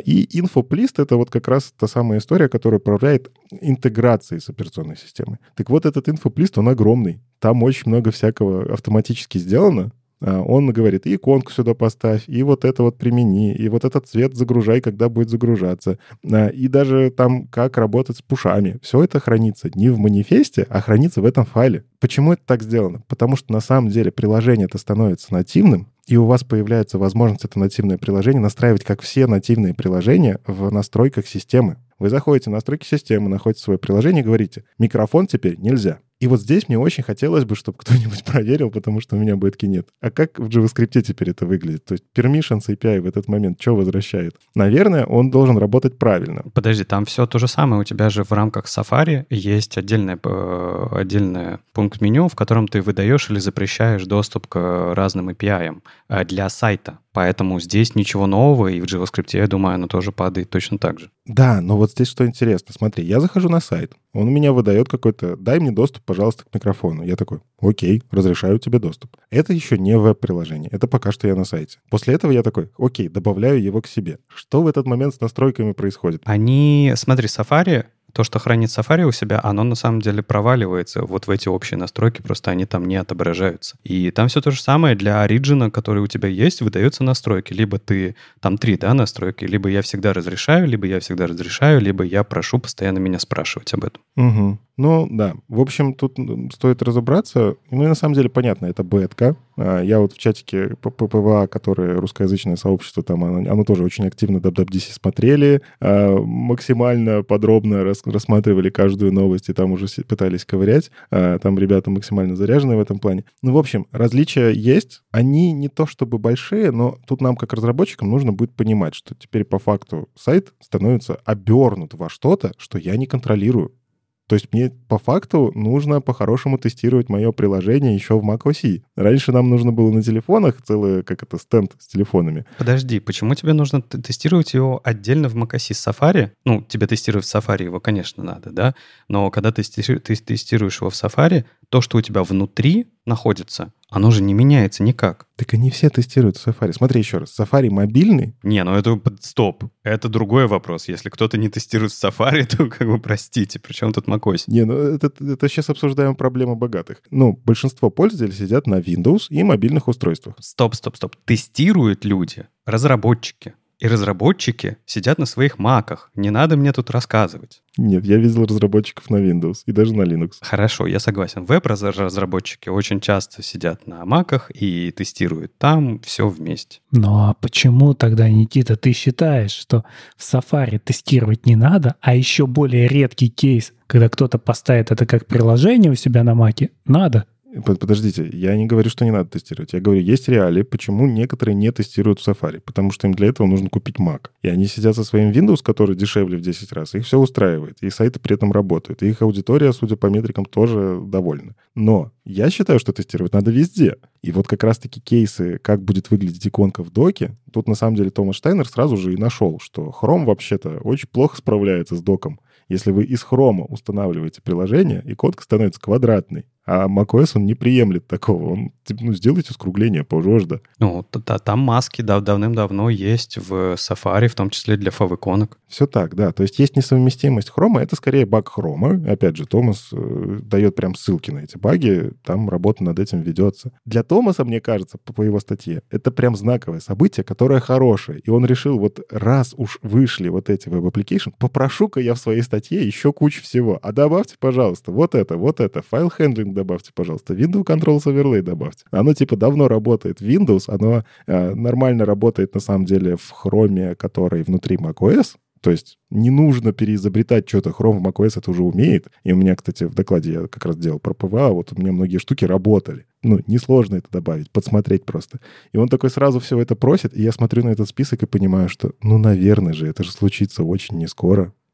И infoplist — это вот как раз та самая история, которая управляет интеграцией с операционной системой. Так вот, этот infoplist, он огромный. Там очень много всякого автоматически сделано. Он говорит, и иконку сюда поставь, и вот это вот примени, и вот этот цвет загружай, когда будет загружаться. И даже там, как работать с пушами. Все это хранится не в манифесте, а хранится в этом файле. Почему это так сделано? Потому что на самом деле приложение это становится нативным, и у вас появляется возможность это нативное приложение настраивать, как все нативные приложения, в настройках системы. Вы заходите в настройки системы, находите свое приложение и говорите, микрофон теперь нельзя. И вот здесь мне очень хотелось бы, чтобы кто-нибудь проверил, потому что у меня бетки нет. А как в JavaScript теперь это выглядит? То есть permissions эй пи ай в этот момент что возвращает? Наверное, он должен работать правильно. Подожди, там все то же самое. У тебя же в рамках Safari есть отдельный, отдельный пункт меню, в котором ты выдаешь или запрещаешь доступ к разным эй пи ай для сайта. Поэтому здесь ничего нового, и в JavaScript, я думаю, оно тоже падает точно так же. Да, но вот здесь что интересно. Смотри, я захожу на сайт, он у меня выдает какой-то «дай мне доступ, пожалуйста, к микрофону». Я такой «окей, разрешаю тебе доступ». Это еще не веб-приложение, это пока что я на сайте. После этого я такой «окей, добавляю его к себе». Что в этот момент с настройками происходит? Они, смотри, Safari... То, что хранит Safari у себя, оно на самом деле проваливается вот в эти общие настройки, просто они там не отображаются. И там все то же самое для Origin, который у тебя есть, выдаются настройки. Либо ты, там три, да, настройки, либо я всегда разрешаю, либо я всегда разрешаю, либо я прошу постоянно меня спрашивать об этом. Угу. Ну, да. В общем, тут стоит разобраться. Ну, и на самом деле, понятно, это бетка. Я вот в чатике ППВА, которое русскоязычное сообщество, там оно, оно тоже очень активно даб даб ди си смотрели, максимально подробно рас, рассматривали каждую новость, и там уже пытались ковырять. Там ребята максимально заряжены в этом плане. Ну, в общем, различия есть. Они не то чтобы большие, но тут нам, как разработчикам, нужно будет понимать, что теперь по факту сайт становится обернут во что-то, что я не контролирую. То есть мне по факту нужно по-хорошему тестировать мое приложение еще в macOS. Раньше нам нужно было на телефонах целый, как это, стенд с телефонами. Подожди, почему тебе нужно тестировать его отдельно в macOS с Safari? Ну, тебе тестировать в Safari его, конечно, надо, да? Но когда ты тестируешь его в Safari, то, что у тебя внутри находится, оно же не меняется никак. Так они все тестируют в Safari. Смотри еще раз. Safari мобильный? Не, ну это... Стоп. Это другой вопрос. Если кто-то не тестирует в Safari, то как бы простите. Причем тут macOS? Не, ну это, это сейчас обсуждаем проблему богатых. Ну, большинство пользователей сидят на Windows и мобильных устройствах. Стоп, стоп, стоп. Тестируют люди, разработчики. И разработчики сидят на своих маках. Не надо мне тут рассказывать. Нет, я видел разработчиков на Windows и даже на Linux. Хорошо, я согласен. Веб-разработчики очень часто сидят на маках и тестируют там все вместе. Ну а почему тогда, Никита, ты считаешь, что в Safari тестировать не надо, а еще более редкий кейс, когда кто-то поставит это как приложение у себя на маке, надо? Подождите, я не говорю, что не надо тестировать. Я говорю, есть реалии, почему некоторые не тестируют в Safari. Потому что им для этого нужно купить Mac. И они сидят со своим Windows, который дешевле в десять раз. Их все устраивает. И сайты при этом работают. И их аудитория, судя по метрикам, тоже довольна. Но я считаю, что тестировать надо везде. И вот как раз-таки кейсы, как будет выглядеть иконка в доке, тут на самом деле Томас Штайнер сразу же и нашел, что Chrome вообще-то очень плохо справляется с доком. Если вы из Chrome устанавливаете приложение, иконка становится квадратной. А macOS, он не приемлет такого. Он, ну, сделайте скругление, пожалуйста. Ну, там маски дав- давным-давно есть в Safari, в том числе для фав-иконок. Все так, да. То есть есть несовместимость Chrome, это скорее баг Chrome. Опять же, Томас э, дает прям ссылки на эти баги, там работа над этим ведется. Для Томаса, мне кажется, по, по его статье, это прям знаковое событие, которое хорошее. И он решил, вот раз уж вышли вот эти веб-аппликейшн, попрошу-ка я в своей статье еще кучу всего. А добавьте, пожалуйста, вот это, вот это, файл-хендлинг добавьте, пожалуйста, Windows Controls Overlay добавьте. Оно типа давно работает в Windows, оно э, нормально работает на самом деле в Chrome, который внутри macOS. То есть не нужно переизобретать что-то. Chrome в macOS это уже умеет. И у меня, кстати, в докладе я как раз делал про ПВА, вот у меня многие штуки работали. Ну, несложно это добавить, подсмотреть просто. И он такой сразу все это просит, и я смотрю на этот список и понимаю, что, ну, наверное же, это же случится очень не скоро.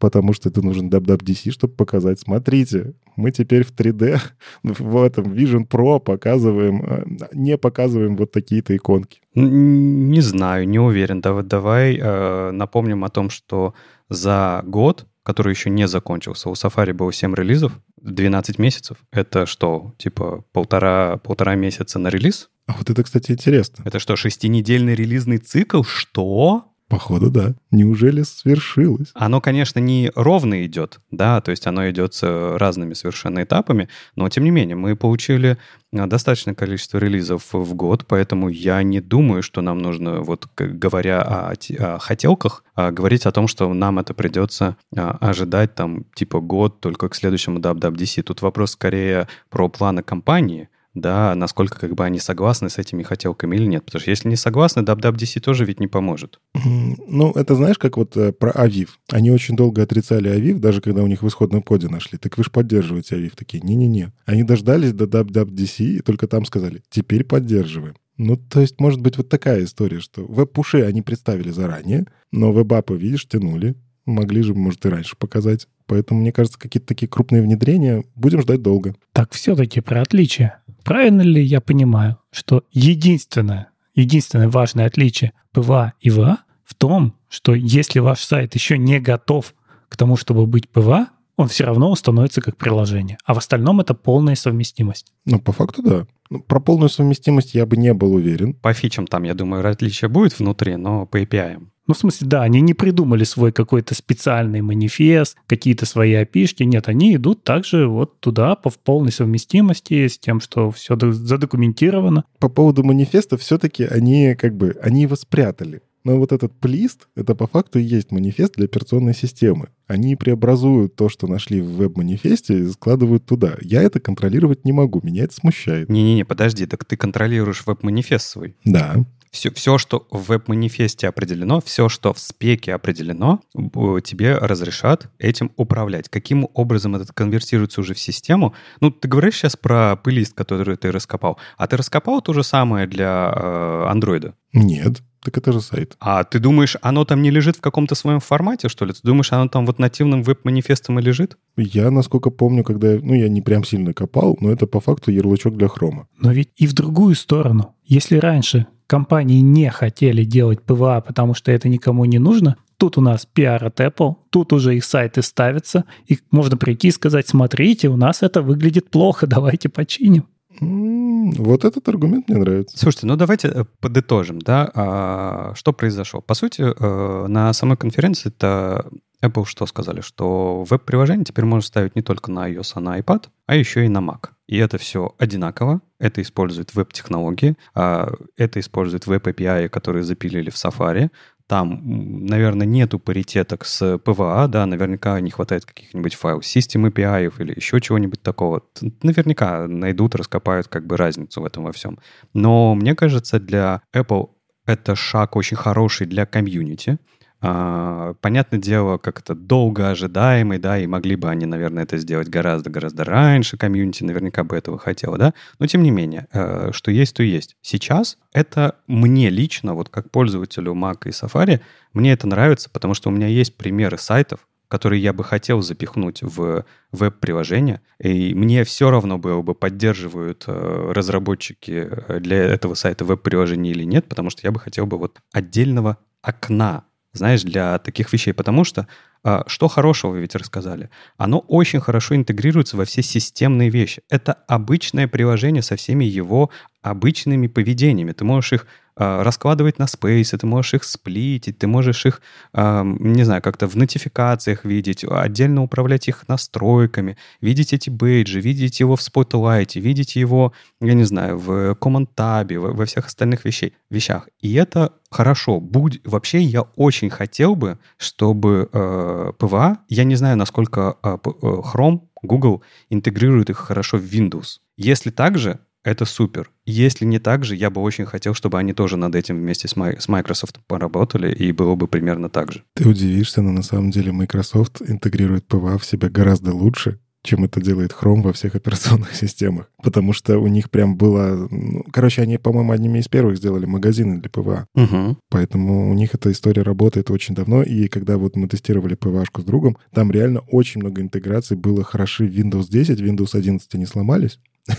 потому что это нужен даб даб ди си, чтобы показать, смотрите, мы теперь в три дэ в этом Vision Pro показываем, не показываем вот такие-то иконки. Не знаю, не уверен. Давай э, напомним о том, что за год, который еще не закончился, у Safari было семь релизов, двенадцать месяцев. Это что, типа полтора, полтора месяца на релиз? А вот это, кстати, интересно. Это что, шестинедельный релизный цикл? Что? Походу, да. Неужели свершилось? Оно, конечно, не ровно идет, да, то есть оно идет с разными совершенно этапами, но, тем не менее, мы получили достаточное количество релизов в год, поэтому я не думаю, что нам нужно, вот говоря о, о хотелках, говорить о том, что нам это придется ожидать там типа год только к следующему даб даб ди си. Тут вопрос скорее про планы компании, да, насколько как бы они согласны с этими хотелками или нет. Потому что если не согласны, даб даб ди си тоже ведь не поможет. Ну, это знаешь, как вот э, про Aviv. Они очень долго отрицали Aviv, даже когда у них в исходном коде нашли. Так вы же поддерживаете Aviv. Такие, не-не-не. Они дождались до даб даб ди си и только там сказали, теперь поддерживаем. Ну, то есть, может быть, вот такая история, что веб-пуши они представили заранее, но веб-апы, видишь, тянули. Могли же, может, и раньше показать. Поэтому, мне кажется, какие-то такие крупные внедрения будем ждать долго. Так все-таки про отличия. Правильно ли я понимаю, что единственное, единственное важное отличие пи ви эй и ви эй в том, что если ваш сайт еще не готов к тому, чтобы быть пи ви эй, он все равно установится как приложение. А в остальном это полная совместимость. Ну, по факту, да. Ну, про полную совместимость я бы не был уверен. По фичам там, я думаю, отличие будет внутри, но по эй пи ай. Ну, в смысле, да, они не придумали свой какой-то специальный манифест, какие-то свои эй пи ай-шки. Нет, они идут также вот туда по полной совместимости с тем, что все задокументировано. По поводу манифеста все-таки они как бы, они его спрятали. Но вот этот плист, это по факту и есть манифест для операционной системы. Они преобразуют то, что нашли в веб-манифесте, и складывают туда. Я это контролировать не могу, меня это смущает. Не-не-не, подожди, так ты контролируешь веб-манифест свой. Да. Все, все, что в веб-манифесте определено, все, что в спеке определено, тебе разрешат этим управлять. Каким образом это конвертируется уже в систему? Ну, ты говоришь сейчас про плейлист, который ты раскопал. А ты раскопал то же самое для э, андроида? Нет. Так это же сайт. А ты думаешь, оно там не лежит в каком-то своем формате, что ли? Ты думаешь, оно там вот нативным веб-манифестом и лежит? Я, насколько помню, когда... Ну, я не прям сильно копал, но это по факту ярлычок для хрома. Но ведь и в другую сторону. Если раньше компании не хотели делать пи ви эй, потому что это никому не нужно, тут у нас пиар от Apple, тут уже их сайты ставятся, и можно прийти и сказать, смотрите, у нас это выглядит плохо, давайте починим. Вот этот аргумент мне нравится. Слушайте, ну давайте подытожим, да, а, что произошло. По сути, на самой конференции это Apple что сказали? Что веб-приложение теперь можно ставить не только на iOS, а на iPad, а еще и на Mac. И это все одинаково. Это использует веб-технологии, это использует веб-эй пи ай, которые запилили в Safari. Там, наверное, нету паритеток с пи ви эй, да, наверняка не хватает каких-нибудь файл System эй пи ай или еще чего-нибудь такого. Наверняка найдут, раскопают как бы разницу в этом во всем. Но мне кажется, для Apple это шаг очень хороший для комьюнити. А, понятное дело, как это долго ожидаемый, да, и могли бы они, наверное, это сделать гораздо-гораздо раньше, комьюнити наверняка бы этого хотело, да, но тем не менее, э, что есть, то есть. Сейчас это мне лично, вот как пользователю Mac и Safari, мне это нравится, потому что у меня есть примеры сайтов, которые я бы хотел запихнуть в веб-приложение, и мне все равно было бы, поддерживают э, разработчики для этого сайта веб-приложения или нет, потому что я бы хотел бы вот отдельного окна, знаешь, для таких вещей. Потому что, а, что хорошего вы ведь рассказали? Оно очень хорошо интегрируется во все системные вещи. Это обычное приложение со всеми его обычными поведениями. Ты можешь их а, раскладывать на спейсы, ты можешь их сплитить, ты можешь их, а, не знаю, как-то в нотификациях видеть, отдельно управлять их настройками, видеть эти бейджи, видеть его в Spotlight, видеть его, я не знаю, в Command Tab, во, во всех остальных вещей, вещах. И это хорошо. Будь, вообще я очень хотел бы, чтобы э, пи ви эй, я не знаю, насколько э, Chrome, Google интегрирует их хорошо в Windows. Если так же, это супер. Если не так же, я бы очень хотел, чтобы они тоже над этим вместе с, My, с Microsoft поработали, и было бы примерно так же. Ты удивишься, но на самом деле Microsoft интегрирует пи ви эй в себя гораздо лучше, чем это делает Chrome во всех операционных системах. Потому что у них прям было... Ну, короче, они, по-моему, одними из первых сделали магазины для пи ви эй. Угу. Поэтому у них эта история работает очень давно. И когда вот мы тестировали пи ви эй-шку с другом, там реально очень много интеграций было хороши. Windows десять, Windows одиннадцать не сломались.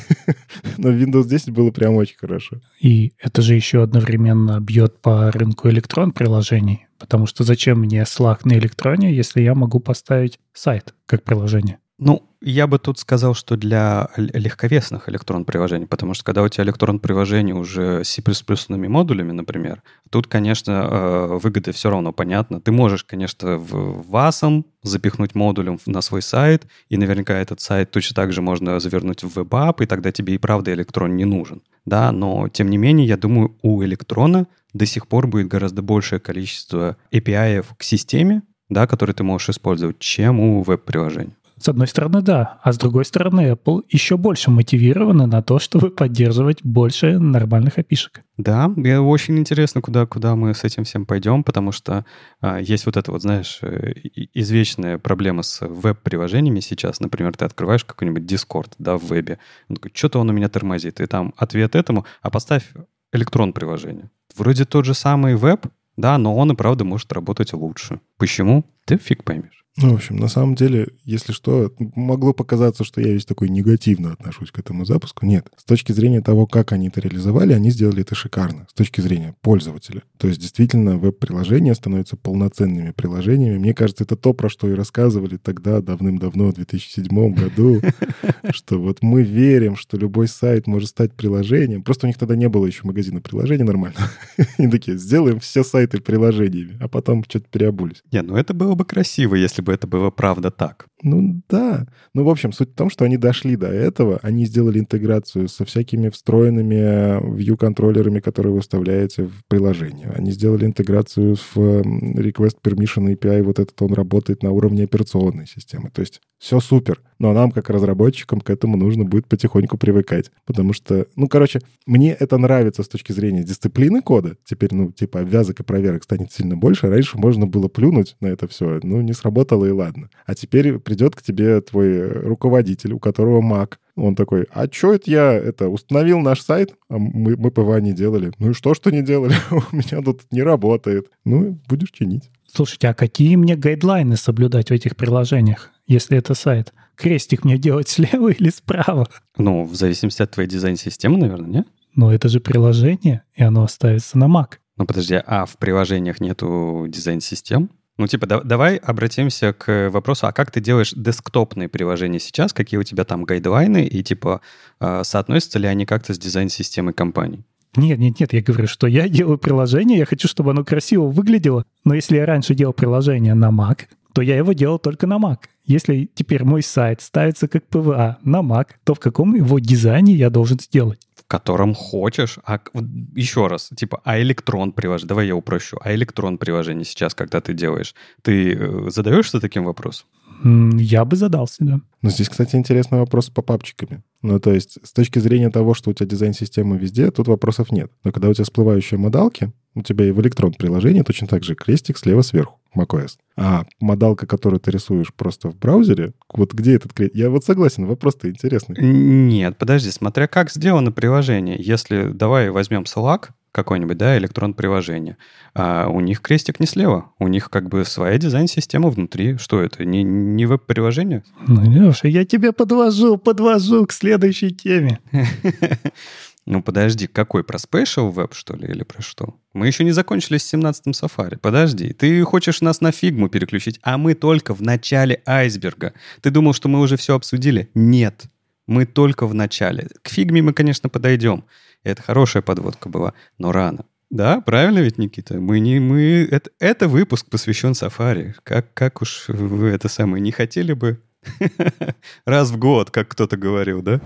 Но в Windows десять было прям очень хорошо. И это же еще одновременно бьет по рынку электрон-приложений, потому что зачем мне Slack на электроне, если я могу поставить сайт как приложение? Ну, я бы тут сказал, что для легковесных электрон-приложений, потому что когда у тебя электрон-приложение уже с C++-ными модулями, например, тут, конечно, выгоды все равно понятно. Ты можешь, конечно, в васом запихнуть модулем на свой сайт, и наверняка этот сайт точно так же можно завернуть в веб-ап, и тогда тебе и правда электрон не нужен. Да, но, тем не менее, я думаю, у электрона до сих пор будет гораздо большее количество эй пи ай-ев к системе, да, которые ты можешь использовать, чем у веб-приложений. С одной стороны, да. А с другой стороны, Apple еще больше мотивирована на то, чтобы поддерживать больше нормальных опишек. Да, мне очень интересно, куда, куда мы с этим всем пойдем, потому что а, есть вот эта вот, знаешь, извечная проблема с веб-приложениями сейчас. Например, ты открываешь какой-нибудь Discord, да, в вебе. Он такой, что-то он у меня тормозит. И там ответ этому, а поставь электрон-приложение. Вроде тот же самый веб, да, но он и правда может работать лучше. Почему? Ты фиг поймешь. Ну, в общем, на самом деле, если что, могло показаться, что я весь такой негативно отношусь к этому запуску. Нет. С точки зрения того, как они это реализовали, они сделали это шикарно. С точки зрения пользователя. То есть, действительно, веб-приложения становятся полноценными приложениями. Мне кажется, это то, про что и рассказывали тогда, давным-давно, в две тысячи седьмом году, что вот мы верим, что любой сайт может стать приложением. Просто у них тогда не было еще магазина приложений нормально. Они такие, сделаем все сайты приложениями, а потом что-то переобулись. Не, ну это было бы красиво, если бы это было правда так. Ну да. Ну, в общем, суть в том, что они дошли до этого, они сделали интеграцию со всякими встроенными view-контроллерами, которые вы вставляете в приложение. Они сделали интеграцию в Request Permission эй пи ай, вот этот он работает на уровне операционной системы. То есть все супер. Но нам, как разработчикам, к этому нужно будет потихоньку привыкать. Потому что, ну, короче, мне это нравится с точки зрения дисциплины кода. Теперь, ну, типа, обвязок и проверок станет сильно больше. Раньше можно было плюнуть на это все. Ну, не сработало и ладно. А теперь придет к тебе твой руководитель, у которого Mac. Он такой, а что это я это установил наш сайт, а мы, мы пи ви эй не делали. Ну и что, что не делали? У меня тут не работает. Ну, будешь чинить. Слушайте, а какие мне гайдлайны соблюдать в этих приложениях, если это сайт? Крестик мне делать слева или справа? Ну, в зависимости от твоей дизайн-системы, наверное, нет? Но это же приложение, и оно ставится на Mac. Ну, подожди, а в приложениях нету дизайн-систем? Ну, типа, да, давай обратимся к вопросу, а как ты делаешь десктопные приложения сейчас? Какие у тебя там гайдлайны? И, типа, э, соотносятся ли они как-то с дизайн-системой компаний? Нет, нет, нет, я говорю, что я делаю приложение, я хочу, чтобы оно красиво выглядело. Но если я раньше делал приложение на Mac, то я его делал только на Mac. Если теперь мой сайт ставится как пи ви эй на Mac, то в каком его дизайне я должен сделать? В котором хочешь. А еще раз, типа, а электрон приложение, давай я упрощу, а электрон приложение сейчас, когда ты делаешь, ты задаешься таким вопросом? Я бы задался, да. Ну, здесь, кстати, интересный вопрос с попапчиками. Ну, то есть, с точки зрения того, что у тебя дизайн-система везде, тут вопросов нет. Но когда у тебя всплывающие модалки, у тебя и в электрон-приложении точно так же крестик слева сверху, macOS. А модалка, которую ты рисуешь просто в браузере, вот где этот крестик? Я вот согласен, вопрос-то интересный. Нет, подожди, смотря как сделано приложение. Если, давай возьмем Slack, какой-нибудь, да, электрон-приложение. А у них крестик не слева. У них как бы своя дизайн-система внутри. Что это? Не, не веб-приложение? Ну, Леша, я тебя подвожу, подвожу к следующей теме. Ну, подожди, какой? Про Spatial Web, что ли, или про что? Мы еще не закончили с семнадцатым Safari. Подожди, ты хочешь нас на фигму переключить, а мы только в начале айсберга. Ты думал, что мы уже все обсудили? Нет. Мы только в начале. К фигме мы, конечно, подойдем. Это хорошая подводка была, но рано. Да, правильно ведь, Никита? Мы не, мы, это, это выпуск посвящен Safari. Как, как уж вы это самое не хотели бы раз в год, как кто-то говорил, да?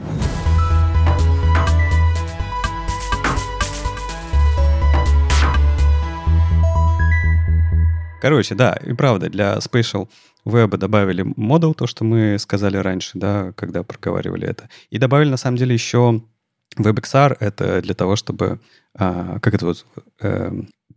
Короче, да, и правда, для Spatial Web добавили модул, то, что мы сказали раньше, да, когда проговаривали это. И добавили, на самом деле, еще WebXR. Это для того, чтобы, а, как это вот, э,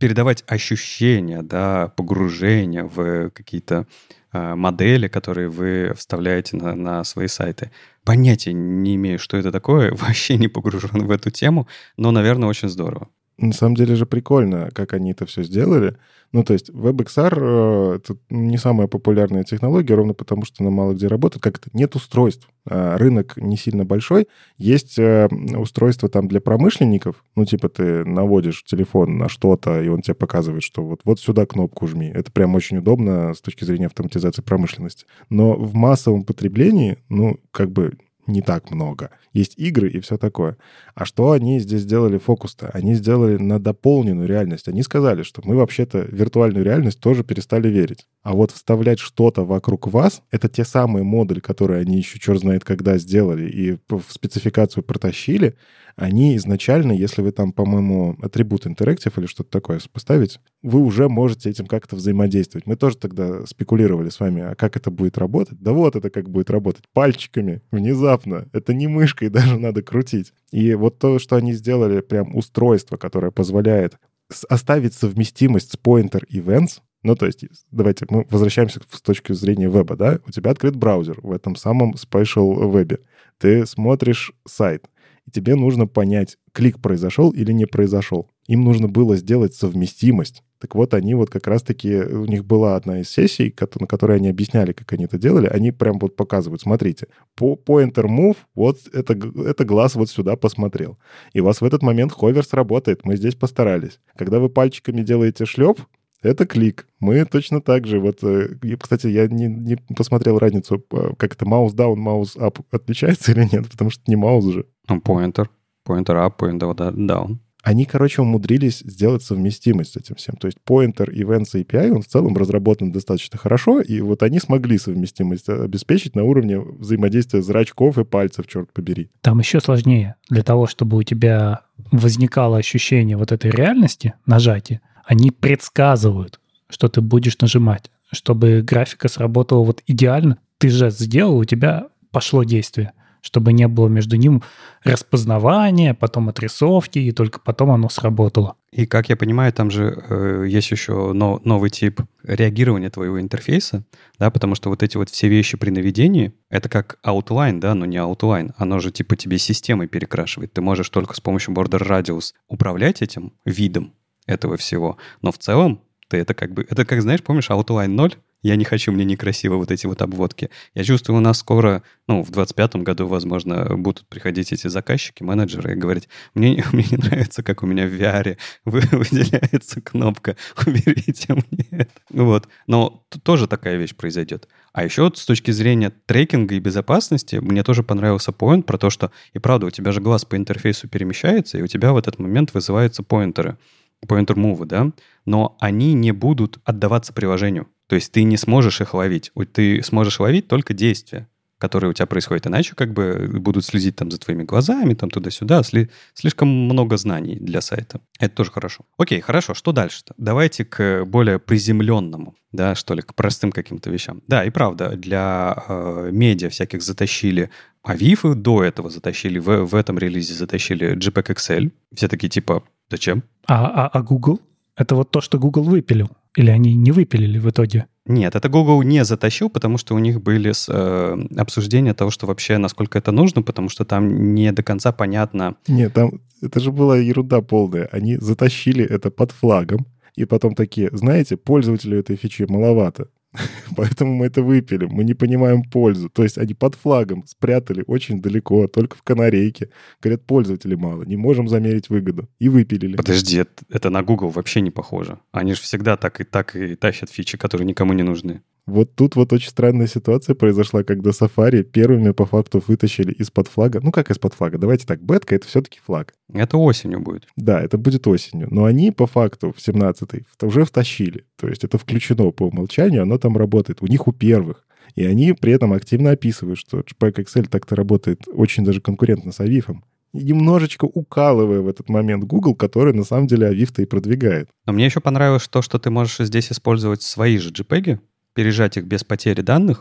передавать ощущения, да, погружения в какие-то э, модели, которые вы вставляете на, на свои сайты. Понятия не имею, что это такое, вообще не погружен в эту тему, но, наверное, очень здорово. На самом деле же прикольно, как они это все сделали. Ну, то есть WebXR э, — это не самая популярная технология, ровно потому, что она мало где работает. Как это? Нет устройств. А рынок не сильно большой. Есть э, устройства там для промышленников. Ну, типа ты наводишь телефон на что-то, и он тебе показывает, что вот, вот сюда кнопку жми. Это прям очень удобно с точки зрения автоматизации промышленности. Но в массовом потреблении, ну, как бы не так много. Есть игры и все такое. А что они здесь сделали фокус-то? Они сделали на дополненную реальность. Они сказали, что мы вообще-то в виртуальную реальность тоже перестали верить. А вот вставлять что-то вокруг вас — это те самые модули, которые они еще черт знает когда сделали и в спецификацию протащили. Они изначально, если вы там, по-моему, атрибут Interactive или что-то такое поставить, вы уже можете этим как-то взаимодействовать. Мы тоже тогда спекулировали с вами, а как это будет работать? Да вот это как будет работать. Пальчиками, внезапно. Это не мышкой даже надо крутить. И вот то, что они сделали, прям устройство, которое позволяет оставить совместимость с Pointer Events. Ну, то есть, давайте мы возвращаемся с точки зрения веба, да? У тебя открыт браузер в этом самом Spatial Web. Ты смотришь сайт, и тебе нужно понять, клик произошел или не произошел. Им нужно было сделать совместимость. Так вот, они вот как раз-таки... У них была одна из сессий, на которой они объясняли, как они это делали. Они прям вот показывают, смотрите, по pointer move, вот это, это глаз вот сюда посмотрел. И у вас в этот момент ховер сработает. Мы здесь постарались. Когда вы пальчиками делаете шлеп, это клик. Мы точно так же. Вот, кстати, я не, не посмотрел разницу, как это маус down, маус up отличается или нет, потому что не маус же. Ну, pointer. Pointer up, pointer down. Они, короче, умудрились сделать совместимость с этим всем. То есть Pointer Events эй пи ай, он в целом разработан достаточно хорошо, и вот они смогли совместимость обеспечить на уровне взаимодействия зрачков и пальцев, черт побери. Там еще сложнее. Для того, чтобы у тебя возникало ощущение вот этой реальности, нажатия, они предсказывают, что ты будешь нажимать. Чтобы графика сработала вот идеально, ты жест сделал, у тебя пошло действие. Чтобы не было между ним распознавания, потом отрисовки, и только потом оно сработало. И, как я понимаю, там же э, есть еще но, новый тип реагирования твоего интерфейса, да, потому что вот эти вот все вещи при наведении, это как outline, да, но не outline, оно же типа тебе системой перекрашивает. Ты можешь только с помощью border radius управлять этим видом этого всего, но в целом ты это как бы... Это как, знаешь, помнишь, outline ноль? Я не хочу, мне некрасиво вот эти вот обводки. Я чувствую, у нас скоро, ну, в двадцать пятом году, возможно, будут приходить эти заказчики, менеджеры и говорить, мне, мне не нравится, как у меня в ви ар выделяется кнопка «Уберите мне это». Вот. Но тут тоже такая вещь произойдет. А еще вот с точки зрения трекинга и безопасности мне тоже понравился поинт про то, что, и правда, у тебя же глаз по интерфейсу перемещается, и у тебя в этот момент вызываются поинтеры, поинтер-мувы, да, но они не будут отдаваться приложению. То есть ты не сможешь их ловить. Ты сможешь ловить только действия, которые у тебя происходят. Иначе как бы будут следить там за твоими глазами, там туда-сюда. Сли... Слишком много знаний для сайта. Это тоже хорошо. Окей, хорошо. Что дальше-то? Давайте к более приземленному, да, что ли, к простым каким-то вещам. Да, и правда, для э, медиа всяких затащили авифы, до этого затащили, в, в этом релизе затащили JPEG икс эл. Все такие типа, зачем? А, а, а Google? Это вот то, что Google выпилил? Или они не выпилили в итоге? Нет, это Google не затащил, потому что у них были с, э, обсуждения того, что вообще, насколько это нужно, потому что там не до конца понятно... Нет, там это же была ерунда полная. Они затащили это под флагом, и потом такие, знаете, пользователю этой фичи маловато. Поэтому мы это выпили. Мы не понимаем пользу. То есть они под флагом спрятали очень далеко, только в канарейке. Говорят, пользователей мало, не можем замерить выгоду. И выпилили. Подожди, это, это на Google вообще не похоже. Они же всегда так и так и тащат фичи, которые никому не нужны. Вот тут вот очень странная ситуация произошла, когда Safari первыми по факту вытащили из-под флага. Ну, как из-под флага? Давайте так, бетка — это все-таки флаг. Это осенью будет. Да, это будет осенью. Но они по факту в семнадцатый уже втащили. То есть это включено по умолчанию, оно там работает. У них у первых. И они при этом активно описывают, что JPEG икс эл так-то работает очень даже конкурентно с авифом. Немножечко укалывая в этот момент Google, который на самом деле авиф-то и продвигает. Но мне еще понравилось то, что ты можешь здесь использовать свои же JPEG, пережать их без потери данных,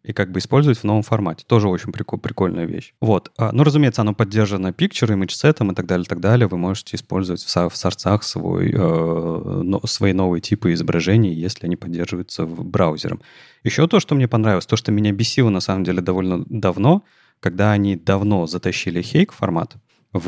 и как бы использовать в новом формате. Тоже очень прикол, прикольная вещь. Вот. Ну, разумеется, оно поддержано Picture, имидж-сетом и так далее, так далее. Вы можете использовать в, в сорцах свой, э, но, свои новые типы изображений, если они поддерживаются в браузером. Еще то, что мне понравилось, то, что меня бесило на самом деле довольно давно, когда они давно затащили Hake формат в,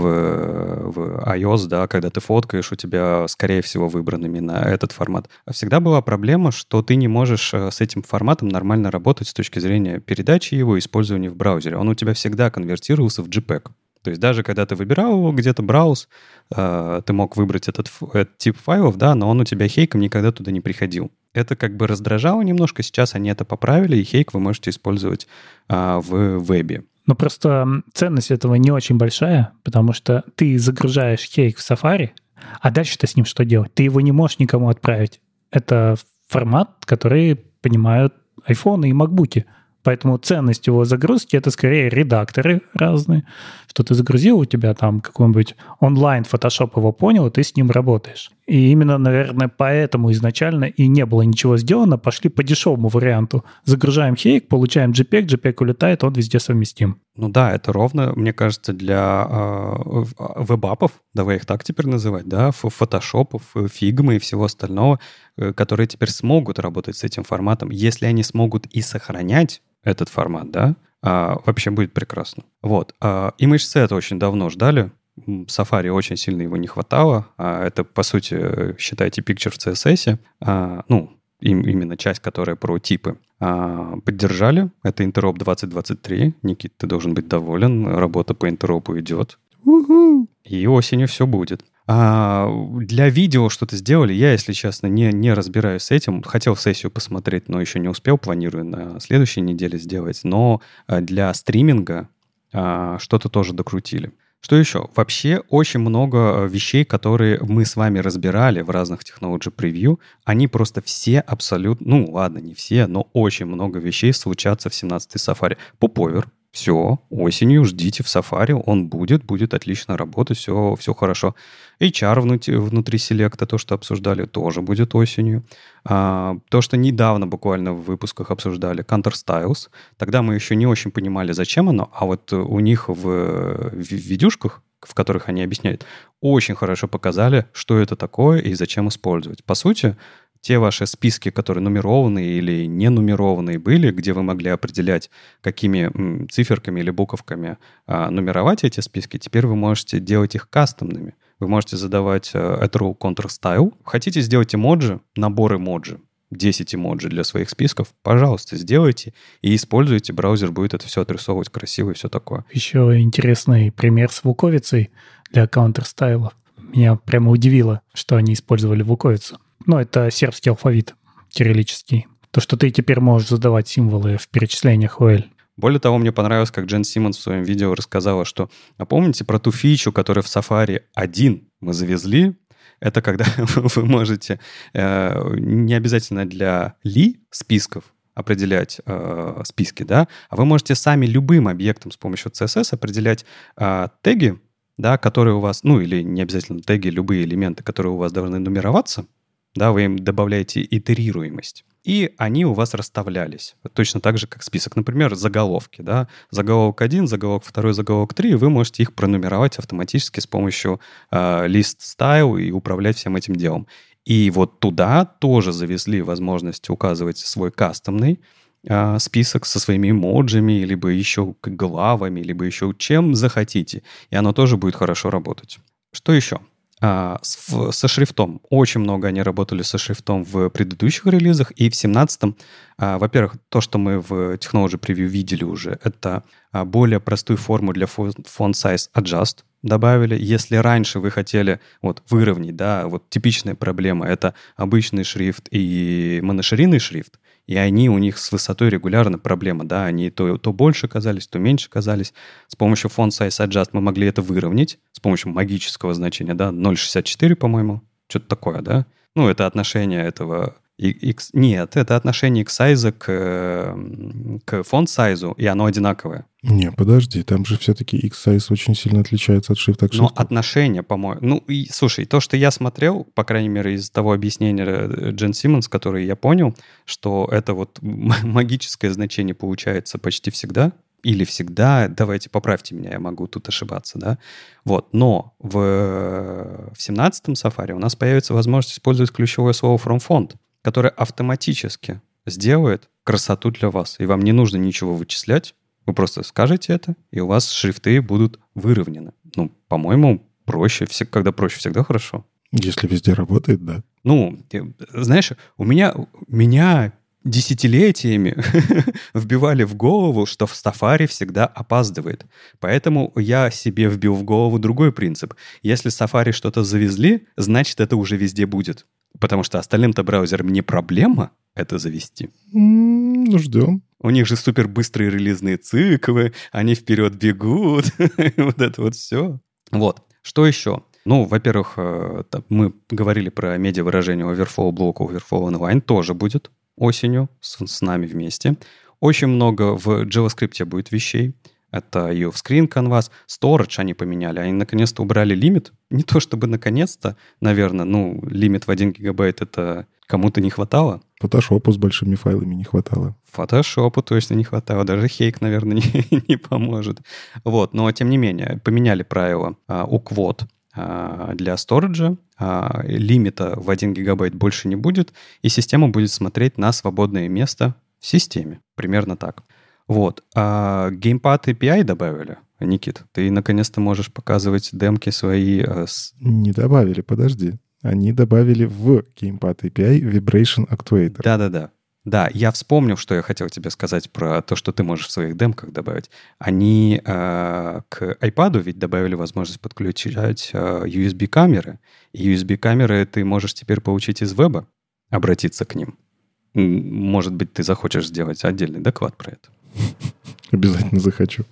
в iOS, да, когда ты фоткаешь, у тебя, скорее всего, выбран именно этот формат. А всегда была проблема, что ты не можешь с этим форматом нормально работать с точки зрения передачи его и использования в браузере. Он у тебя всегда конвертировался в JPEG. То есть даже когда ты выбирал его где-то брауз, э, ты мог выбрать этот, этот тип файлов, да, но он у тебя хейком никогда туда не приходил. Это как бы раздражало немножко, сейчас они это поправили, и хейк вы можете использовать э, в вебе. Но просто ценность этого не очень большая, потому что ты загружаешь хейк в Safari, а дальше-то с ним что делать? Ты его не можешь никому отправить. Это формат, который понимают айфоны и макбуки. Поэтому ценность его загрузки — это скорее редакторы разные, что ты загрузил, у тебя там какой-нибудь онлайн фотошоп его понял, и ты с ним работаешь. И именно, наверное, поэтому изначально и не было ничего сделано, пошли по дешевому варианту. Загружаем хейк, получаем JPEG, JPEG улетает, он везде совместим. Ну да, это ровно, мне кажется, для э, веб-апов, давай их так теперь называть, да, фотошопов, фигмы и всего остального, э, которые теперь смогут работать с этим форматом. Если они смогут и сохранять этот формат, да, а, вообще будет прекрасно. Вот. А, ImageSet очень давно ждали. Safari очень сильно его не хватало. А, это, по сути, считайте, Picture в си эс эс. А, ну, им, именно часть, которая про типы. А, поддержали. Это Interop двадцать двадцать три. Никит, ты должен быть доволен. Работа по Interop идет. У-ху. И осенью все будет. А для видео что-то сделали. Я, если честно, не, не разбираюсь с этим. Хотел сессию посмотреть, но еще не успел. Планирую на следующей неделе сделать. Но для стриминга а, что-то тоже докрутили. Что еще? Вообще очень много вещей, которые мы с вами разбирали в разных Technology Preview. Они просто все абсолютно... Ну, ладно, не все, но очень много вещей случатся в семнадцатой Safari. Popover. Все, осенью ждите в Safari, он будет, будет отлично работать, все, все хорошо. эйч ар внутри, внутри селекта, то, что обсуждали, тоже будет осенью. А, то, что недавно буквально в выпусках обсуждали, Counter Styles, тогда мы еще не очень понимали, зачем оно, а вот у них в, в видюшках, в которых они объясняют, очень хорошо показали, что это такое и зачем использовать. По сути, те ваши списки, которые нумерованные или не нумерованные были, где вы могли определять, какими м, циферками или буковками а, нумеровать эти списки, теперь вы можете делать их кастомными. Вы можете задавать а, at row counter style. Хотите сделать эмоджи, набор эмоджи, десять эмоджи для своих списков, пожалуйста, сделайте и используйте. Браузер будет это все отрисовывать красиво и все такое. Еще интересный пример с вуковицей для counter style. Меня прямо удивило, что они использовали вуковицу. Ну, это сербский алфавит кириллический. То, что ты теперь можешь задавать символы в перечислениях о эл. Более того, мне понравилось, как Джен Симмонс в своем видео рассказала, что, а помните про ту фичу, которую в Safari один мы завезли? Это когда вы можете э, не обязательно для ли списков определять э, списки, да, а вы можете сами любым объектом с помощью си эс эс определять э, теги, да, которые у вас, ну, или не обязательно теги, любые элементы, которые у вас должны нумероваться. Да, вы им добавляете итерируемость. И они у вас расставлялись. Точно так же, как список. Например, заголовки. Да? Заголовок один, заголовок два, заголовок три. Вы можете их пронумеровать автоматически с помощью э, list style и управлять всем этим делом. И вот туда тоже завезли возможность указывать свой кастомный э, список со своими эмоджами, либо еще главами, либо еще чем захотите. И оно тоже будет хорошо работать. Что еще? А, с, со шрифтом. Очень много они работали со шрифтом в предыдущих релизах. И в семнадцатом, а, во-первых, то, что мы в Technology Preview видели уже, это а, более простую форму для font size adjust добавили. Если раньше вы хотели вот, выровнять, да, вот типичная проблема — это обычный шрифт и моноширинный шрифт, и они у них с высотой регулярно проблема, да, они то, то больше казались, то меньше казались. С помощью font size adjust мы могли это выровнять с помощью магического значения, да, ноль целых шестьдесят четыре, по-моему, что-то такое, да. Ну, это отношение этого И, X, нет, это отношение к сайзу, к, к фонд-сайзу, и оно одинаковое. Не, подожди, там же все-таки X-size очень сильно отличается от шрифта к шрифту. Но отношение, по-моему... Ну, и, слушай, то, что я смотрел, по крайней мере, из того объяснения Джен Симмонс, которое я понял, что это вот магическое значение получается почти всегда, или всегда, давайте поправьте меня, я могу тут ошибаться, да, вот, но в, в семнадцатом Safari у нас появится возможность использовать ключевое слово from font, которое автоматически сделает красоту для вас, и вам не нужно ничего вычислять, вы просто скажете это, и у вас шрифты будут выровнены. Ну, по-моему, проще, когда проще, всегда хорошо. Если везде работает, да. Ну, знаешь, у меня, меня десятилетиями вбивали в голову, что в Safari всегда опаздывает. Поэтому я себе вбил в голову другой принцип. Если Safari что-то завезли, значит, это уже везде будет. Потому что остальным-то браузерам не проблема это завести. Mm, ну, ждем. У них же супер быстрые релизные циклы, они вперед бегут, вот это вот все. Вот. Что еще? Ну, во-первых, мы говорили про медиавыражение Overflow блока, Overflow Inline тоже будет осенью с, с нами вместе. Очень много в JavaScript будет вещей. Это и off-screen Canvas, Storage они поменяли. Они наконец-то убрали лимит. Не то чтобы наконец-то, наверное, ну, лимит в один гигабайт это кому-то не хватало. Фотошопу с большими файлами не хватало. Фотошопу точно не хватало. Даже Хейк, наверное, не, не поможет. Вот. Но, тем не менее, поменяли правила а, у квот а, для сториджа. А, лимита в один гигабайт больше не будет. И система будет смотреть на свободное место в системе. Примерно так. Вот. А Gamepad эй пи ай добавили. Никит, ты наконец-то можешь показывать демки свои. А, с... Не добавили, подожди. Они добавили в Gamepad эй пи ай Vibration Actuator. Да-да-да. Да, я вспомнил, что я хотел тебе сказать про то, что ты можешь в своих демках добавить. Они э, к iPad ведь добавили возможность подключать э, ю эс би-камеры. И ю эс би-камеры ты можешь теперь получить из веба, обратиться к ним. Может быть, ты захочешь сделать отдельный доклад про это. Обязательно захочу.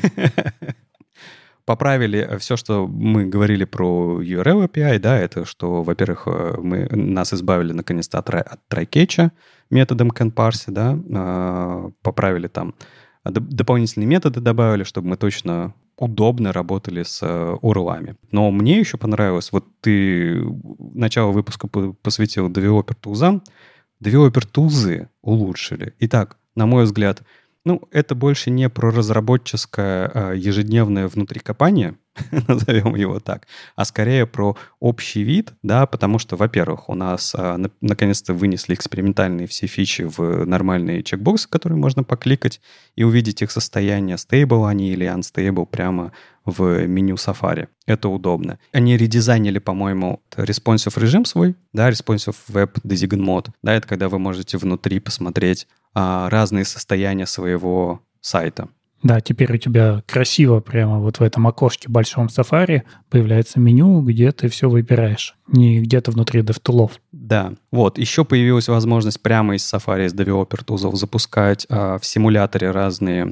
Поправили все, что мы говорили про ю ар эл эй пи ай, да, это что, во-первых, мы, нас избавили наконец-то от, от try-catch методом canparse, да, поправили там дополнительные методы, добавили, чтобы мы точно удобно работали с ю ар эл-ами. Но мне еще понравилось, вот ты начало выпуска посвятил Developer Tools. Developer Tools улучшили. Итак, на мой взгляд, ну, это больше не про разработческое а, ежедневное внутрикопание, назовем его так, а скорее про общий вид, да, потому что, во-первых, у нас а, на, наконец-то вынесли экспериментальные все фичи в нормальные чекбоксы, которые можно покликать и увидеть их состояние, stable они или unstable, прямо в меню Safari. Это удобно. Они редизайнили, по-моему, responsive режим свой, да, responsive web design mode, да, это когда вы можете внутри посмотреть а, разные состояния своего сайта. Да, теперь у тебя красиво прямо вот в этом окошке большом Safari появляется меню, где ты все выбираешь, не где-то внутри DevTools. Да, вот, еще появилась возможность прямо из Safari, из Developer Tools запускать а, в симуляторе разные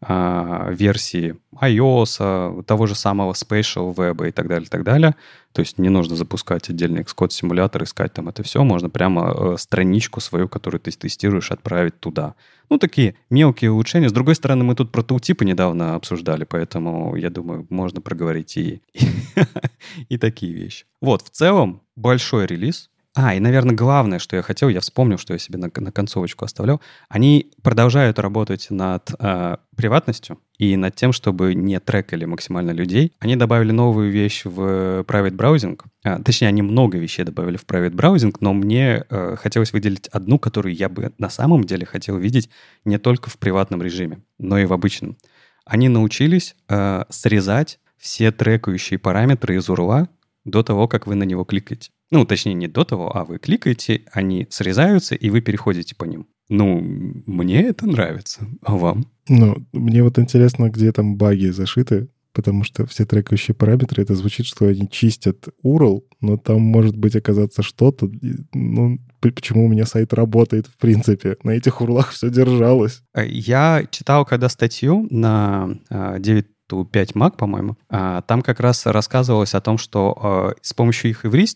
а, версии iOS, того же самого Spatial Web и так далее, и так далее. То есть не нужно запускать отдельный Xcode симулятор, искать там это все. Можно прямо э, страничку свою, которую ты тестируешь, отправить туда. Ну, такие мелкие улучшения. С другой стороны, мы тут про тултипы недавно обсуждали, поэтому, я думаю, можно проговорить и, и такие вещи. Вот, в целом, большой релиз. А, и, наверное, главное, что я хотел, я вспомнил, что я себе на, на концовочку оставлял. Они продолжают работать над э, приватностью и над тем, чтобы не трекали максимально людей. Они добавили новую вещь в private browsing. А, точнее, они много вещей добавили в private browsing, но мне э, хотелось выделить одну, которую я бы на самом деле хотел видеть не только в приватном режиме, но и в обычном. Они научились э, срезать все трекающие параметры из ю ар эл до того, как вы на него кликаете. Ну, точнее, не до того, а вы кликаете, они срезаются, и вы переходите по ним. Ну, мне это нравится. А вам? Ну, мне вот интересно, где там баги зашиты, потому что все трекающие параметры, это звучит, что они чистят ю ар эл, но там может быть оказаться что-то. Ну, почему у меня сайт работает, в принципе? На этих ю ар эл все держалось. Я читал когда статью на девять пять Mac, по-моему, там как раз рассказывалось о том, что с помощью их эвристик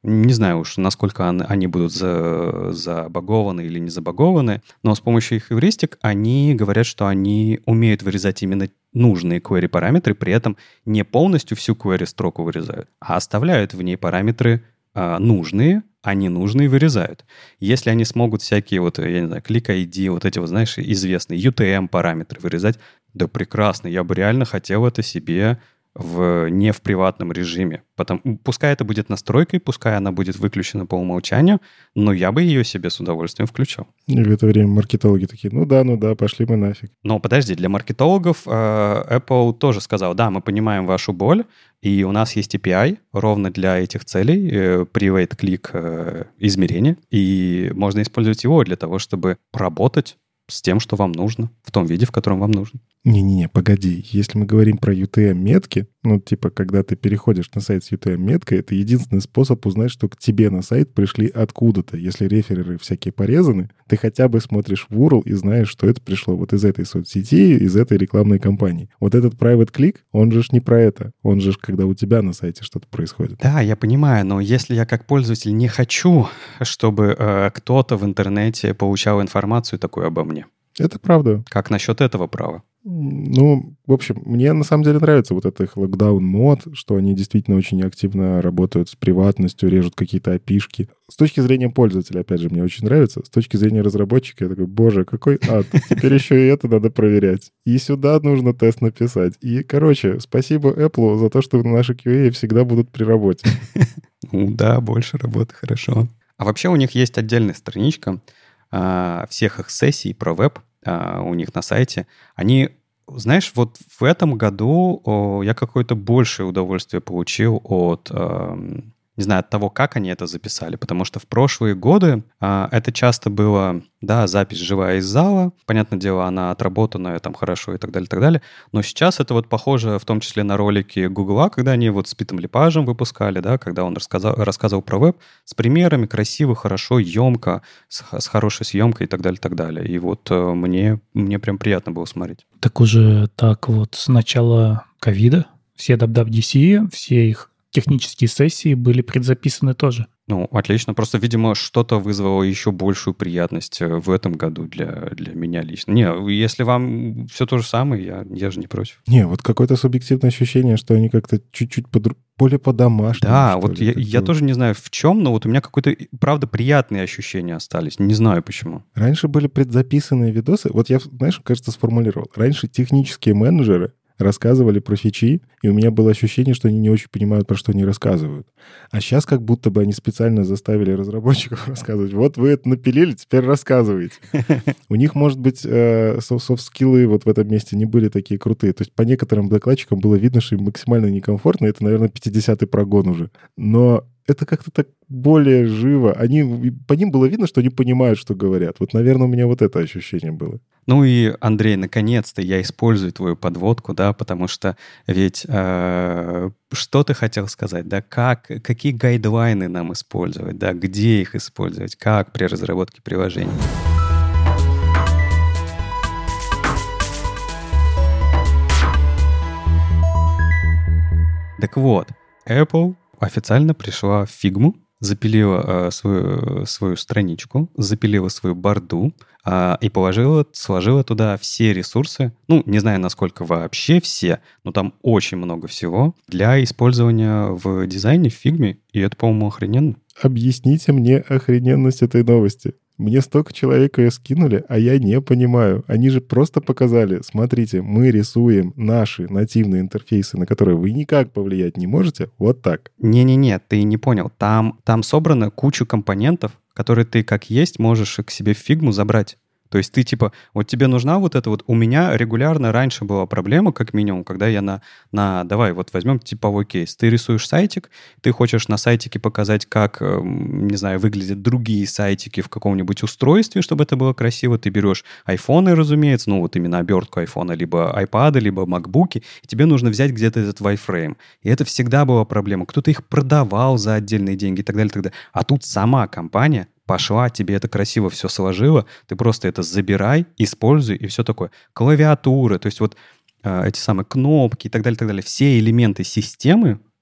Не знаю уж, насколько они будут за, забагованы или не забагованы, но с помощью их эвристик они говорят, что они умеют вырезать именно нужные query-параметры, при этом не полностью всю query-строку вырезают, а оставляют в ней параметры а, нужные, а ненужные вырезают. Если они смогут всякие, вот, я не знаю, click-ай ди, вот эти, вот, знаешь, известные ю ти эм-параметры вырезать, да прекрасно, я бы реально хотел это себе в, не в приватном режиме. Потом, пускай это будет настройкой, пускай она будет выключена по умолчанию, но я бы ее себе с удовольствием включал. И в это время маркетологи такие, ну да, ну да, пошли мы нафиг. Но подожди, для маркетологов э, Apple тоже сказал, да, мы понимаем вашу боль, и у нас есть эй пи ай ровно для этих целей, э, private click э, измерения, и можно использовать его для того, чтобы поработать с тем, что вам нужно, в том виде, в котором вам нужно. Не-не-не, погоди. Если мы говорим про ю ти эм-метки, ну, типа, когда ты переходишь на сайт с ю ти эм-меткой, это единственный способ узнать, что к тебе на сайт пришли откуда-то. Если рефереры всякие порезаны, ты хотя бы смотришь в ю ар эл и знаешь, что это пришло вот из этой соцсети, из этой рекламной кампании. Вот этот private click, он же ж не про это. Он же ж, когда у тебя на сайте что-то происходит. Да, я понимаю, но если я как пользователь не хочу, чтобы э, кто-то в интернете получал информацию такую обо мне. Это правда. Как насчет этого права? Ну, в общем, мне на самом деле нравится вот этот их локдаун-мод, что они действительно очень активно работают с приватностью, режут какие-то опишки. С точки зрения пользователя, опять же, мне очень нравится. С точки зрения разработчика, я такой, боже, какой ад. Теперь еще и это надо проверять. И сюда нужно тест написать. И, короче, спасибо Apple за то, что наши кью эй всегда будут при работе. Да, больше работы, хорошо. А вообще у них есть отдельная страничка всех их сессий про веб у них на сайте. Они, знаешь, вот в этом году о, я какое-то большее удовольствие получил от, э, не знаю, от того, как они это записали, потому что в прошлые годы э, это часто было, да, запись живая из зала, понятное дело, она отработанная там хорошо и так далее, и так далее, но сейчас это вот похоже в том числе на ролики Гугла, когда они вот с Питом Лепажем выпускали, да, когда он рассказал, рассказывал про веб с примерами, красиво, хорошо, емко, с, с хорошей съемкой и так далее, и так далее. И вот э, мне, мне прям приятно было смотреть. Так уже так вот с начала ковида все даб даб ди си, все их технические сессии были предзаписаны тоже. Ну, отлично. Просто, видимо, что-то вызвало еще большую приятность в этом году для, для меня лично. Не, если вам все то же самое, я, я же не против. Не, вот какое-то субъективное ощущение, что они как-то чуть-чуть подруг... более по-домашнему. Да, вот ли, я, я тоже не знаю в чем, но вот у меня какое-то, правда, приятные ощущения остались. Не знаю почему. Раньше были предзаписанные видосы. Вот я, знаешь, кажется, сформулировал. Раньше технические менеджеры рассказывали про фичи, и у меня было ощущение, что они не очень понимают, про что они рассказывают. А сейчас как будто бы они специально заставили разработчиков рассказывать. Вот вы это напилили, теперь рассказывайте. У них, может быть, софт-скиллы вот в этом месте не были такие крутые. То есть по некоторым докладчикам было видно, что им максимально некомфортно. Это, наверное, пятидесятый прогон уже. Но это как-то так более живо. Они, по ним было видно, что они понимают, что говорят. Вот, наверное, у меня вот это ощущение было. Ну и, Андрей, наконец-то я использую твою подводку, да, потому что ведь э, что ты хотел сказать, да, как, какие гайдлайны нам использовать, да, где их использовать, как при разработке приложений. Так вот, Apple официально пришла в Figma, запилила э, свою, свою страничку, запилила свою борду э, и положила, сложила туда все ресурсы, ну, не знаю, насколько вообще все, но там очень много всего для использования в дизайне в Figma, и это, по-моему, охрененно. Объясните мне охрененность этой новости. Мне столько человек ее скинули, а я не понимаю. Они же просто показали, смотрите, мы рисуем наши нативные интерфейсы, на которые вы никак повлиять не можете, вот так. Не-не-не, ты не понял. Там, там собрано куча компонентов, которые ты как есть можешь к себе в Figma забрать. То есть ты типа, вот тебе нужна вот эта вот... У меня регулярно раньше была проблема, как минимум, когда я на... на давай, вот возьмем типовой кейс. Ты рисуешь сайтик, ты хочешь на сайтике показать, как, не знаю, выглядят другие сайтики в каком-нибудь устройстве, чтобы это было красиво. Ты берешь айфоны, разумеется, ну вот именно обертку айфона, либо айпады, либо макбуки, и тебе нужно взять где-то этот wireframe. И это всегда была проблема. Кто-то их продавал за отдельные деньги и так далее, и так далее. А тут сама компания пошла, тебе это красиво все сложила, ты просто это забирай, используй, и все такое. Клавиатура, то есть вот э, эти самые кнопки и так далее, и так далее. Все элементы системы,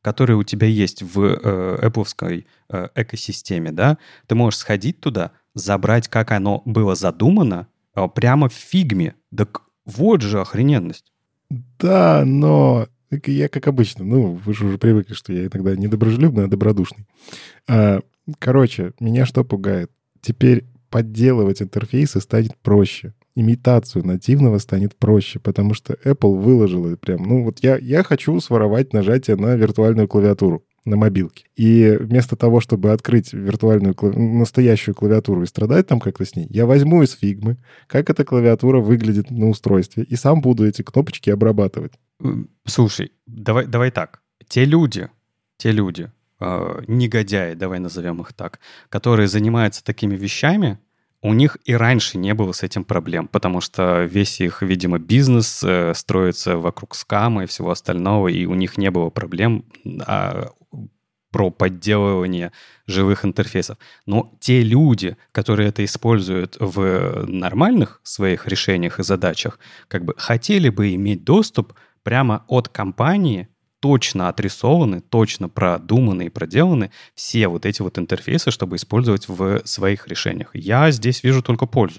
которые у тебя есть в э, Apple-овской э, экосистеме, да, ты можешь сходить туда, забрать, как оно было задумано, э, прямо в фигме. Так вот же охрененность. Да, но я, как обычно, ну, вы же уже привыкли, что я иногда не доброжелюбный, а добродушный. А, короче, меня что пугает? Теперь подделывать интерфейсы станет проще. Имитацию нативного станет проще, потому что Apple выложила прям... Ну, вот я, я хочу своровать нажатие на виртуальную клавиатуру на мобилке. И вместо того, чтобы открыть виртуальную, клави... настоящую клавиатуру и страдать там как-то с ней, я возьму из фигмы, как эта клавиатура выглядит на устройстве, и сам буду эти кнопочки обрабатывать. Слушай, давай, давай так. Те люди, те люди, э, негодяи, давай назовем их так, которые занимаются такими вещами, у них и раньше не было с этим проблем, потому что весь их, видимо, бизнес э, строится вокруг скама и всего остального, и у них не было проблем а, про подделывание живых интерфейсов. Но те люди, которые это используют в нормальных своих решениях и задачах, как бы хотели бы иметь доступ прямо от компании, точно отрисованы, точно продуманы и проделаны все вот эти вот интерфейсы, чтобы использовать в своих решениях. Я здесь вижу только пользу.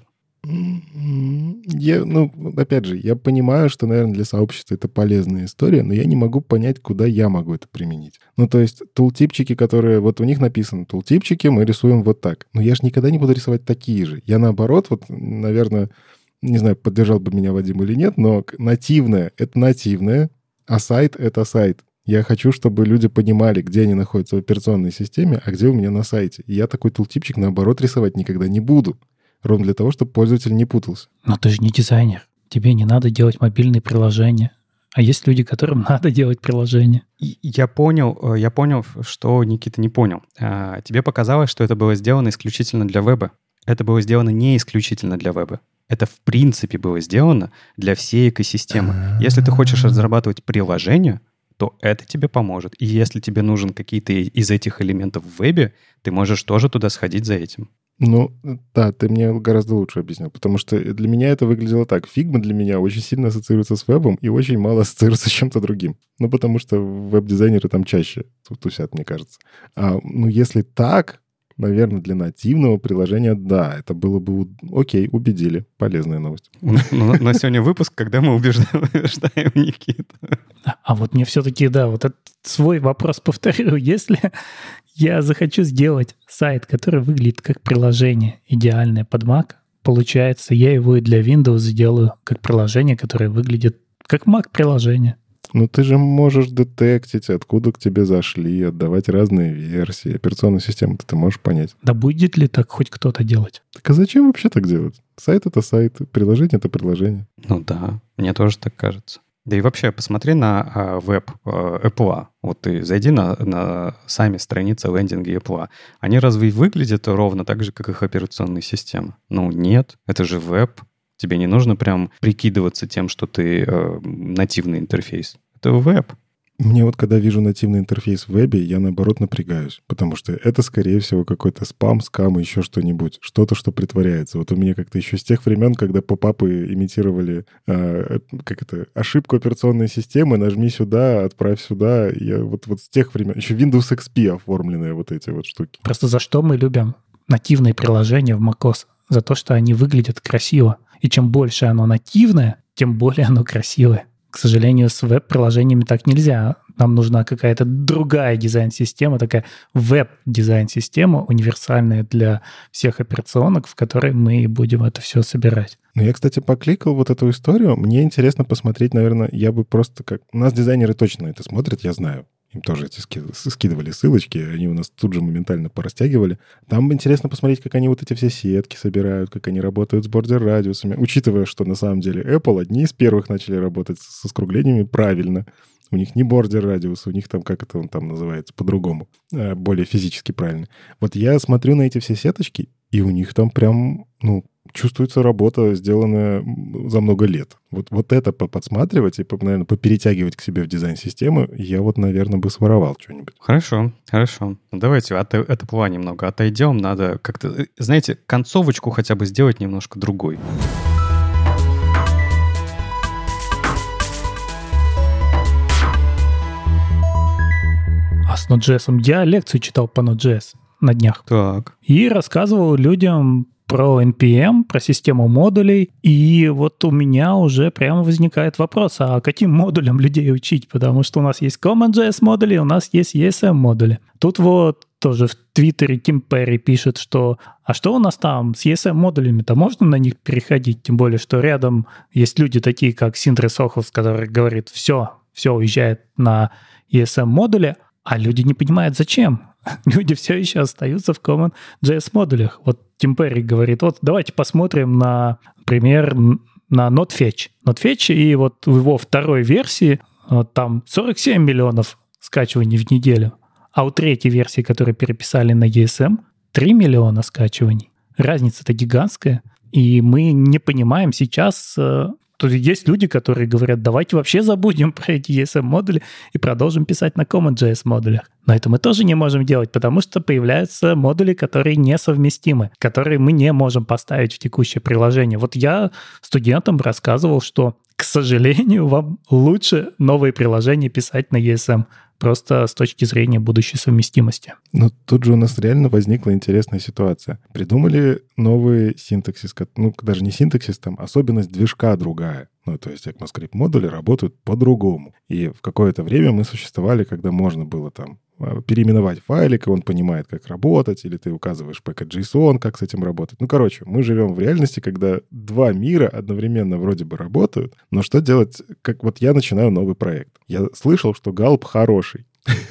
Я, ну, опять же, я понимаю, что, наверное, для сообщества это полезная история, но я не могу понять, куда я могу это применить. Ну, то есть тултипчики, которые... Вот у них написано, тултипчики мы рисуем вот так. Но я же никогда не буду рисовать такие же. Я, наоборот, вот, наверное, не знаю, поддержал бы меня Вадим или нет, но нативное — это нативное, а сайт — это сайт. Я хочу, чтобы люди понимали, где они находятся в операционной системе, а где у меня на сайте. И я такой тултипчик, наоборот, рисовать никогда не буду. Ровно для того, чтобы пользователь не путался. Но ты же не дизайнер. Тебе не надо делать мобильные приложения. А есть люди, которым надо делать приложения. Я понял, я понял, что Никита не понял. Тебе показалось, что это было сделано исключительно для веба. Это было сделано не исключительно для веба. Это в принципе было сделано для всей экосистемы. Если ты хочешь разрабатывать приложение, то это тебе поможет. И если тебе нужен какие-то из этих элементов в вебе, ты можешь тоже туда сходить за этим. Ну, да, ты мне гораздо лучше объяснил, потому что для меня это выглядело так. Фигма для меня очень сильно ассоциируется с вебом и очень мало ассоциируется с чем-то другим. Ну, потому что веб-дизайнеры там чаще тусят, мне кажется. А, ну, если так... Наверное, для нативного приложения, да, это было бы... Окей, убедили. Полезная новость. Но сегодня выпуск, когда мы убеждаем, убеждаем Никиту. А вот мне все-таки, да, вот этот свой вопрос повторю. Если я захочу сделать сайт, который выглядит как приложение, идеальное под Mac, получается, я его и для Windows сделаю как приложение, которое выглядит как Mac-приложение. Ну, ты же можешь детектить, откуда к тебе зашли, отдавать разные версии. Операционную систему ты можешь понять. Да будет ли так хоть кто-то делать? Так а зачем вообще так делать? Сайт — это сайт, приложение — это приложение. Ну да, мне тоже так кажется. Да и вообще, посмотри на а, веб а, Apple. Вот ты зайди на, на сами страницы лендинга Apple. Они разве выглядят ровно так же, как их операционные системы? Ну нет, это же веб. Тебе не нужно прям прикидываться тем, что ты э, нативный интерфейс. Это веб. Мне вот когда вижу нативный интерфейс в вебе, я наоборот напрягаюсь, потому что это, скорее всего, какой-то спам, скам и еще что-нибудь. Что-то, что притворяется. Вот у меня как-то еще с тех времен, когда попапы имитировали э, как это, ошибку операционной системы, нажми сюда, отправь сюда. Я вот, вот с тех времен. Еще Windows икс пи оформленные вот эти вот штуки. Просто за что мы любим нативные приложения в macOS? За то, что они выглядят красиво. И чем больше оно нативное, тем более оно красивое. К сожалению, с веб-приложениями так нельзя. Нам нужна какая-то другая дизайн-система, такая веб-дизайн-система, универсальная для всех операционок, в которой мы будем это все собирать. Ну, я, кстати, покликал вот эту историю. Мне интересно посмотреть, наверное, я бы просто как... У нас дизайнеры точно это смотрят, я знаю. Им тоже эти скидывали ссылочки, они у нас тут же моментально порастягивали. Там интересно посмотреть, как они вот эти все сетки собирают, как они работают с бордер-радиусами, учитывая, что на самом деле Apple одни из первых начали работать со скруглениями правильно. У них не бордер-радиус, у них там, как это он там называется, по-другому, более физически правильно. Вот я смотрю на эти все сеточки, и у них там прям, ну, чувствуется работа, сделанная за много лет. Вот, вот это подсматривать и, наверное, поперетягивать к себе в дизайн-системы, я вот, наверное, бы своровал что-нибудь. Хорошо, хорошо. Давайте от этого немного отойдем. Надо как-то, знаете, концовочку хотя бы сделать немножко другой. с Node.js. Я лекцию читал по Node.js на днях. Так. И рассказывал людям про эн пи эм, про систему модулей. И вот у меня уже прямо возникает вопрос, а каким модулям людей учить? Потому что у нас есть CommonJS модули, у нас есть и эс эм модули. Тут вот тоже в Твиттере Тим Перри пишет, что а что у нас там с и эс эм модулями-то? Можно на них переходить? Тем более, что рядом есть люди такие, как Синдре Сохлс, который говорит, все, все уезжает на и эс эм модуле, а люди не понимают, зачем. Люди все еще остаются в CommonJS модулях. Вот Тим Перри говорит, вот давайте посмотрим на, например, на NodeFetch. NodeFetch и вот в его второй версии там сорок семь миллионов скачиваний в неделю. А у третьей версии, которую переписали на и эс эм, три миллиона скачиваний. Разница-то гигантская. И мы не понимаем сейчас... Тут есть люди, которые говорят, давайте вообще забудем про эти и эс эм-модули и продолжим писать на CommonJS модулях. Но это мы тоже не можем делать, потому что появляются модули, которые несовместимы, которые мы не можем поставить в текущее приложение. Вот я студентам рассказывал, что, к сожалению, вам лучше новые приложения писать на и эс эм, просто с точки зрения будущей совместимости. Но тут же у нас реально возникла интересная ситуация. Придумали новый синтаксис, ну, даже не синтаксис, там особенность движка другая. Ну, то есть ECMAScript-модули работают по-другому. И в какое-то время мы существовали, когда можно было там переименовать файлик, и он понимает, как работать, или ты указываешь package.json, как с этим работать. Ну, короче, мы живем в реальности, когда два мира одновременно вроде бы работают, но что делать, как вот я начинаю новый проект. Я слышал, что Галп хороший.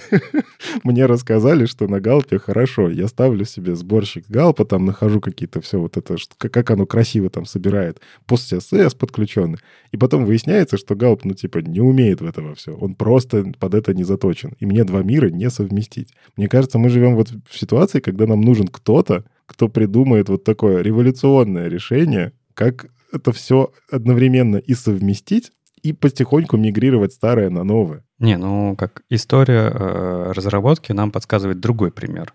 Мне рассказали, что на Галпе хорошо. Я ставлю себе сборщик Галпа, там нахожу какие-то все вот это, как оно красиво там собирает, PostCSS подключенный. И потом выясняется, что Галп, ну, типа, не умеет в этого все. Он просто под это не заточен. И мне два мира не совместить. Мне кажется, мы живем вот в ситуации, когда нам нужен кто-то, кто придумает вот такое революционное решение, как это все одновременно и совместить, и потихоньку мигрировать старое на новое. Не, ну, как история э, разработки нам подсказывает другой пример,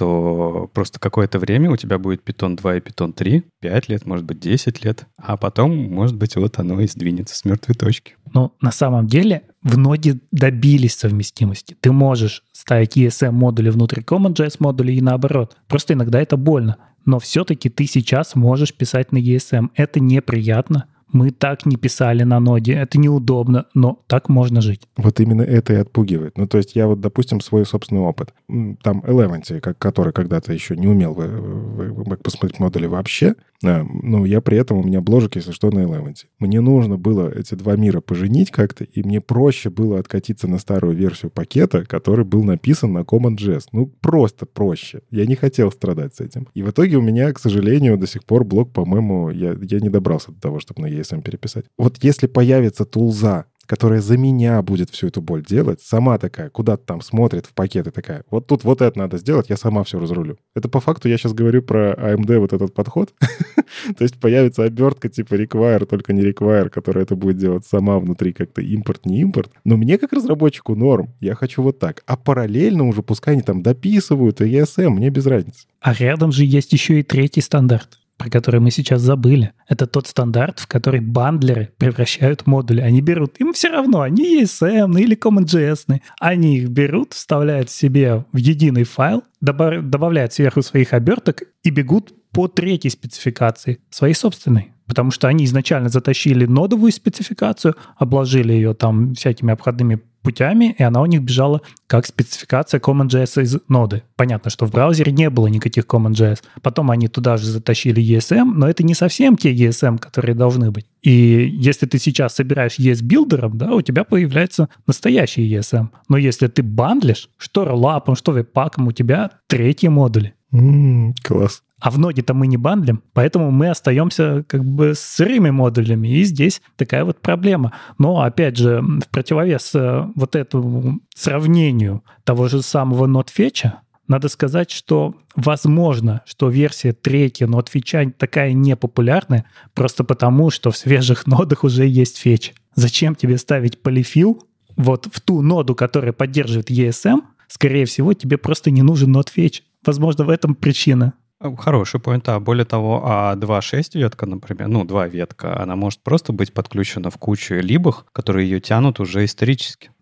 что просто какое-то время у тебя будет Python два и Python три, пять лет, может быть, десять лет, а потом, может быть, вот оно и сдвинется с мертвой точки. Ну, на самом деле, в ноде добились совместимости. Ты можешь ставить и эс эм-модули внутри CommonJS модулей и наоборот. Просто иногда это больно. Но все-таки ты сейчас можешь писать на и эс эм. Это неприятно. Мы так не писали на ноде, это неудобно, но так можно жить. Вот именно это и отпугивает. Ну, то есть я вот, допустим, свой собственный опыт. Там Eleventy, как, который когда-то еще не умел в, в, в посмотреть модули вообще, а, но я при этом, у меня бложек, если что, на Eleventy. Мне нужно было эти два мира поженить как-то, и мне проще было откатиться на старую версию пакета, который был написан на CommonJS. Ну, просто проще. Я не хотел страдать с этим. И в итоге у меня, к сожалению, до сих пор блок, по-моему, я, я не добрался до того, чтобы на и эс эм переписать. Вот если появится тулза, которая за меня будет всю эту боль делать, сама такая, куда-то там смотрит в пакеты такая, вот тут вот это надо сделать, я сама все разрулю. Это по факту я сейчас говорю про эй эм ди вот этот подход. То есть появится обертка типа require, только не require, которая это будет делать сама внутри как-то импорт, не импорт. Но мне как разработчику норм, я хочу вот так. А параллельно уже пускай они там дописывают и эс эм, мне без разницы. А рядом же есть еще и третий стандарт, про который мы сейчас забыли. Это тот стандарт, в который бандлеры превращают модули. Они берут, им все равно, они и эс эм или CommonJS, они их берут, вставляют себе в единый файл, добав, добавляют сверху своих оберток и бегут по третьей спецификации, своей собственной. Потому что они изначально затащили нодовую спецификацию, обложили ее там всякими обходными путями, и она у них бежала как спецификация CommonJS из ноды. Понятно, что в браузере не было никаких CommonJS. Потом они туда же затащили и эс эм, но это не совсем те и эс эм, которые должны быть. И если ты сейчас собираешь и эс-билдером, да, у тебя появляется настоящий и эс эм. Но если ты бандлишь, что роллапом, что веб-паком, у тебя третьи модули. Mm, класс. А в ноде-то мы не бандлим, поэтому мы остаемся как бы с сырыми модулями, и здесь такая вот проблема. Но, опять же, в противовес вот этому сравнению того же самого NodeFetch, надо сказать, что возможно, что версия третья NodeFetch такая непопулярная, просто потому, что в свежих нодах уже есть фетч. Зачем тебе ставить полифил вот в ту ноду, которая поддерживает и эс эм? Скорее всего, тебе просто не нужен NodeFetch. Возможно, в этом причина. Хороший поинт. А более того, а два точка шесть ветка, например, ну, два ветка, она может просто быть подключена в кучу либах, которые ее тянут уже исторически.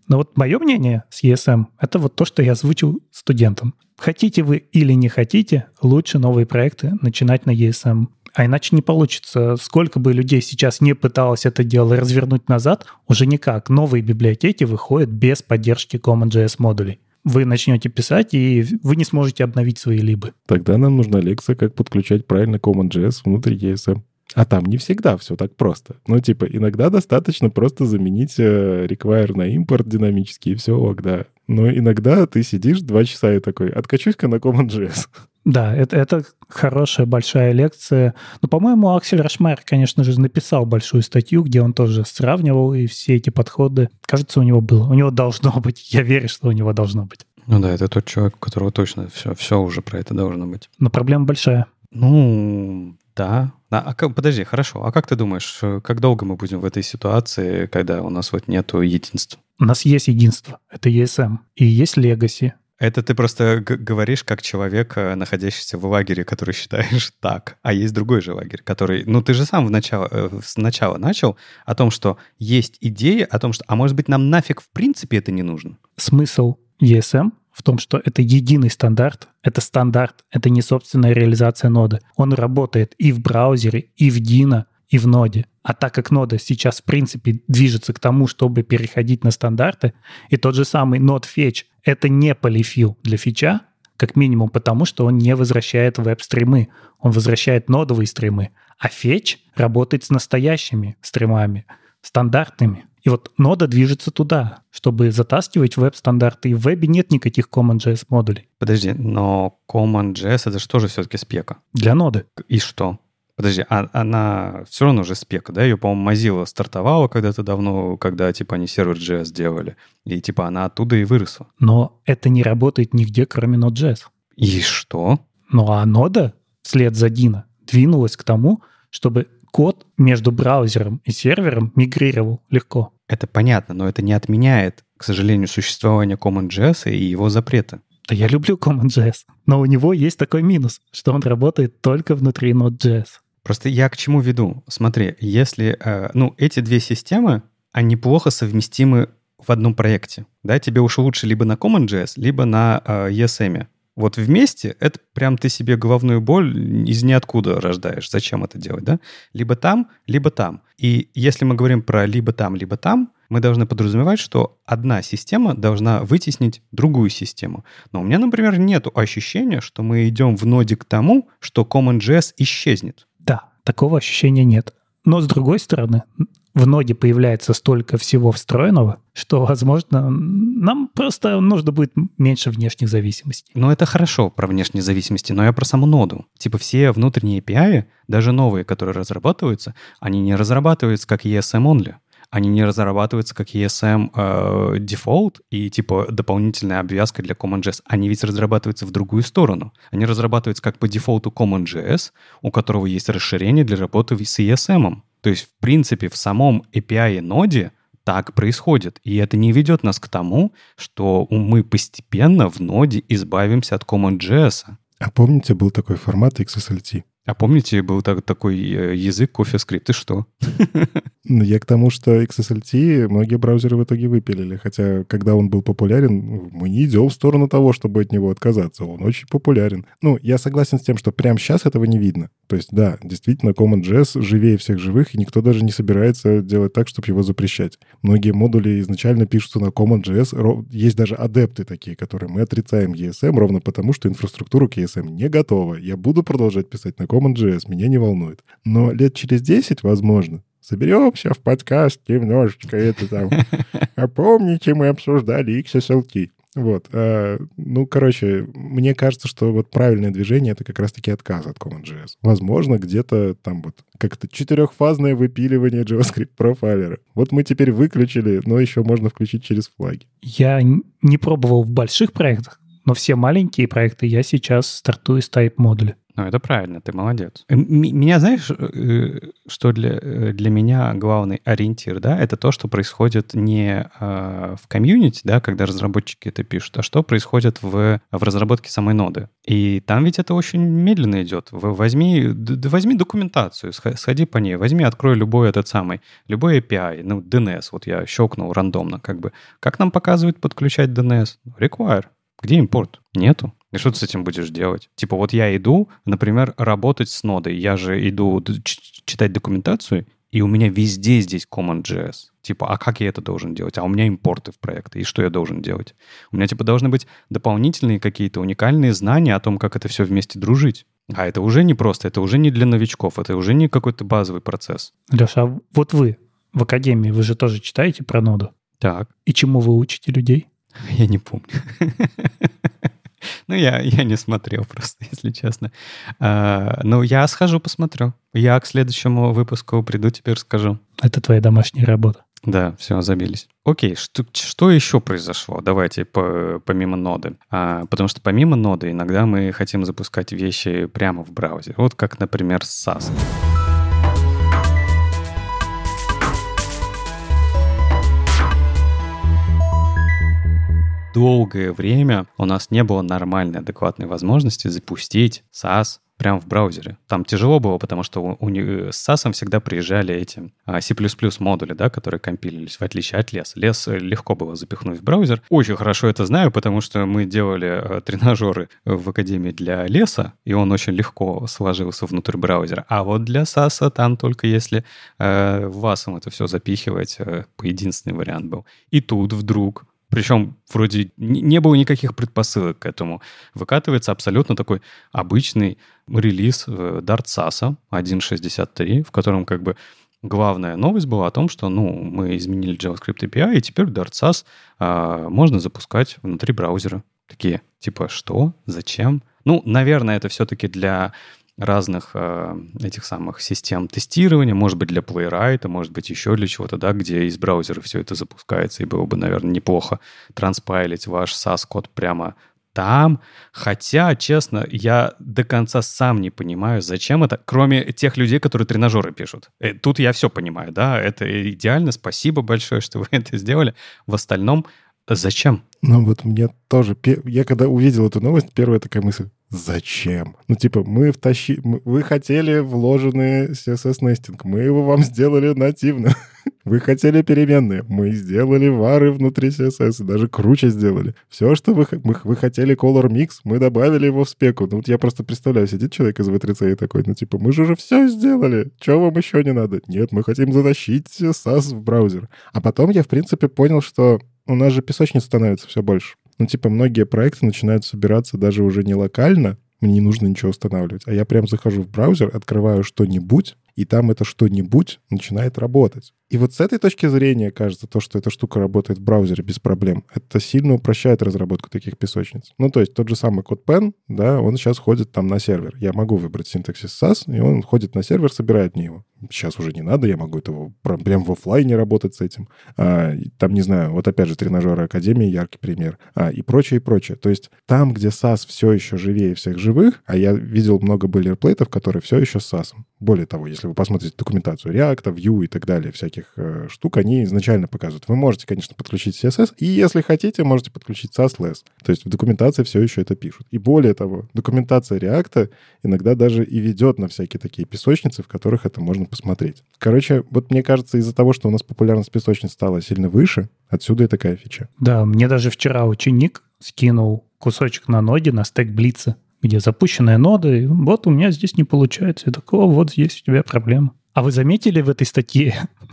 Но вот мое мнение с и эс эм — это вот то, что я озвучил студентам. Хотите вы или не хотите, лучше новые проекты начинать на и эс эм. А иначе не получится. Сколько бы людей сейчас не пыталось это дело развернуть назад, уже никак. Новые библиотеки выходят без поддержки CommonJS модулей. Вы начнете писать, и вы не сможете обновить свои либы. Тогда нам нужна лекция, как подключать правильно CommonJS внутрь и эс эм. А там не всегда все так просто. Ну, типа, иногда достаточно просто заменить require на импорт динамический, и все ок, да. Но иногда ты сидишь два часа и такой, откачусь-ка на CommonJS. Да, это, это хорошая большая лекция. Но, по-моему, Аксель Рашмайер, конечно же, написал большую статью, где он тоже сравнивал, и все эти подходы, кажется, у него было. У него должно быть. Я верю, что у него должно быть. Ну да, это тот человек, у которого точно все, все уже про это должно быть. Но проблема большая. Ну, да. А, а как, подожди, хорошо. А как ты думаешь, как долго мы будем в этой ситуации, когда у нас вот нету единства? У нас есть единство. Это и эс эм. И есть Legacy. Это ты просто г- говоришь как человек, находящийся в лагере, который считаешь так. А есть другой же лагерь, который... Ну, ты же сам в начало, э, сначала начал о том, что есть идея о том, что... А может быть, нам нафиг в принципе это не нужно? Смысл и эс эм в том, что это единый стандарт, это стандарт, это не собственная реализация ноды. Он работает и в браузере, и в Dino, и в ноде. А так как нода сейчас, в принципе, движется к тому, чтобы переходить на стандарты, и тот же самый Node Fetch — это не polyfill для фича, как минимум потому, что он не возвращает веб-стримы, он возвращает нодовые стримы. А Fetch работает с настоящими стримами, стандартными. И вот нода движется туда, чтобы затаскивать веб-стандарты. И в вебе нет никаких CommonJS модулей. Подожди, но CommonJS — это же тоже все-таки спека. Для ноды. И что? Подожди, а, она все равно же спека, да? Ее, по-моему, Mozilla стартовала когда-то давно, когда, типа, они сервер.js делали. И, типа, она оттуда и выросла. Но это не работает нигде, кроме Node.js. И что? Ну, а нода вслед за Dino двинулась к тому, чтобы код между браузером и сервером мигрировал легко. Это понятно, но это не отменяет, к сожалению, существование CommonJS и его запрета. Да я люблю CommonJS, но у него есть такой минус, что он работает только внутри Node.js. Просто я к чему веду? Смотри, если... Э, ну, эти две системы, они плохо совместимы в одном проекте. Да, тебе уж лучше либо на CommonJS, либо на э, и эс эм. Вот вместе это прям ты себе головную боль из ниоткуда рождаешь. Зачем это делать, да? Либо там, либо там. И если мы говорим про либо там, либо там, мы должны подразумевать, что одна система должна вытеснить другую систему. Но у меня, например, нет ощущения, что мы идем в ноде к тому, что CommonJS исчезнет. Да, такого ощущения нет. Но, с другой стороны, в ноде появляется столько всего встроенного, что, возможно, нам просто нужно будет меньше внешних зависимостей. Ну, это хорошо про внешние зависимости, но я про саму ноду. Типа все внутренние эй пи ай, даже новые, которые разрабатываются, они не разрабатываются как и эс эм-only. Они не разрабатываются как и эс эм э, default и типа дополнительная обвязка для CommonJS. Они ведь разрабатываются в другую сторону. Они разрабатываются как по дефолту CommonJS, у которого есть расширение для работы с и эс эм. То есть, в принципе, в самом эй пи ай-ноде так происходит. И это не ведет нас к тому, что мы постепенно в ноде избавимся от CommonJS. А помните, был такой формат икс эс эл ти? А помните, был так, такой язык CoffeeScript? И что? Я к тому, что икс эс эл ти многие браузеры в итоге выпилили. Хотя, когда он был популярен, мы не идем в сторону того, чтобы от него отказаться. Он очень популярен. Ну, я согласен с тем, что прямо сейчас этого не видно. То есть, да, действительно, CommonJS живее всех живых, и никто даже не собирается делать так, чтобы его запрещать. Многие модули изначально пишутся на CommonJS. Есть даже адепты такие, которые мы отрицаем и эс эм ровно потому, что инфраструктура к и эс эм не готова. Я буду продолжать писать на CommonJS, меня не волнует. Но лет через десять, возможно, соберемся в подкаст немножечко это там. А помните, мы обсуждали икс эс эл ти. Вот. А, ну, короче, мне кажется, что вот правильное движение — это как раз-таки отказ от CommonJS. Возможно, где-то там вот как-то четырехфазное выпиливание JavaScript профайлера. Вот мы теперь выключили, но еще можно включить через флаги. Я не пробовал в больших проектах, но все маленькие проекты я сейчас стартую с type-модуля. Ну, это правильно, ты молодец. М- меня, знаешь, что для, для меня главный ориентир, да, это то, что происходит не э, в комьюнити, да, когда разработчики это пишут, а что происходит в, в разработке самой ноды. И там ведь это очень медленно идет. Возьми, д- возьми документацию, сходи по ней, возьми, открой любой этот самый, любой эй пи ай, ну, ди эн эс, вот я щелкнул рандомно, как бы. Как нам показывают подключать ди эн эс? Require. Где импорт? Нету. И что ты с этим будешь делать? Типа вот я иду, например, работать с нодой. Я же иду читать документацию, и у меня везде здесь Common.js. Типа, а как я это должен делать? А у меня импорты в проекты. И что я должен делать? У меня типа должны быть дополнительные какие-то уникальные знания о том, как это все вместе дружить. А это уже не просто, это уже не для новичков, это уже не какой-то базовый процесс. Леша, а вот вы в академии, вы же тоже читаете про ноду? Так. И чему вы учите людей? Я не помню. Ну, я, я не смотрел просто, если честно. А, ну, я схожу, посмотрю. Я к следующему выпуску приду, теперь скажу. Это твоя домашняя работа. Да, все, забились. Окей, что, что еще произошло? Давайте по, помимо ноды. А, потому что помимо ноды иногда мы хотим запускать вещи прямо в браузере. Вот как, например, с сас. Долгое время у нас не было нормальной, адекватной возможности запустить сас прямо в браузере. Там тяжело было, потому что у, у, с сасом всегда приезжали эти а, C++ модули, да, которые компилились, в отличие от леса. Лес легко было запихнуть в браузер. Очень хорошо это знаю, потому что мы делали а, тренажеры в Академии для леса, и он очень легко сложился внутрь браузера. А вот для саса там только если а, васом это все запихивать, а, единственный вариант был. И тут вдруг... Причем вроде не было никаких предпосылок к этому. Выкатывается абсолютно такой обычный релиз Dart сас один шестьдесят три, в котором как бы главная новость была о том, что ну, мы изменили JavaScript эй пи ай, и теперь Dart сас а, можно запускать внутри браузера. Такие, типа, что? Зачем? Ну, наверное, это все-таки для... разных э, этих самых систем тестирования, может быть, для Playwright, может быть, еще для чего-то, да, где из браузера все это запускается, и было бы, наверное, неплохо транспайлить ваш сас-код прямо там. Хотя, честно, я до конца сам не понимаю, зачем это, кроме тех людей, которые тренажеры пишут. И тут я все понимаю, да, это идеально, спасибо большое, что вы это сделали. В остальном, зачем? Ну вот мне тоже... Я когда увидел эту новость, первая такая мысль: зачем? Ну, типа, мы втащили... Вы хотели вложенный си эс эс-нестинг, мы его вам сделали нативно. Вы хотели переменные, мы сделали вары внутри си эс эс, и даже круче сделали. Все, что вы... Мы, вы хотели color mix, мы добавили его в спеку. Ну, вот я просто представляю, сидит человек из ви три си и такой, ну, типа, мы же уже все сделали, чего вам еще не надо? Нет, мы хотим затащить сас в браузер. А потом я, в принципе, понял, что у нас же песочниц становится все больше. Ну, типа, многие проекты начинают собираться даже уже не локально, мне не нужно ничего устанавливать, а я прям захожу в браузер, открываю что-нибудь, и там это что-нибудь начинает работать. И вот с этой точки зрения, кажется, то, что эта штука работает в браузере без проблем, это сильно упрощает разработку таких песочниц. Ну, то есть тот же самый CodePen, да, он сейчас ходит там на сервер. Я могу выбрать синтаксис сас, и он ходит на сервер, собирает мне его. Сейчас уже не надо, я могу это прям в офлайне работать с этим. А, там, не знаю, вот опять же тренажеры Академии, яркий пример. А, и прочее, и прочее. То есть там, где сас все еще живее всех живых, а я видел много бойлерплейтов, которые все еще с сасом. Более того, если вы посмотрите документацию React, Vue и так далее, всяких э, штук, они изначально показывают. Вы можете, конечно, подключить си эс эс, и если хотите, можете подключить сас-лес. То есть в документации все еще это пишут. И более того, документация React иногда даже и ведет на всякие такие песочницы, в которых это можно посмотреть. Короче, вот мне кажется, из-за того, что у нас популярность песочниц стала сильно выше, отсюда и такая фича. Да, мне даже вчера ученик скинул кусочек на ноде на стек Блица, где запущенная нода, и вот у меня здесь не получается. Я такой, о, вот здесь у тебя проблема. А вы заметили в этой статье,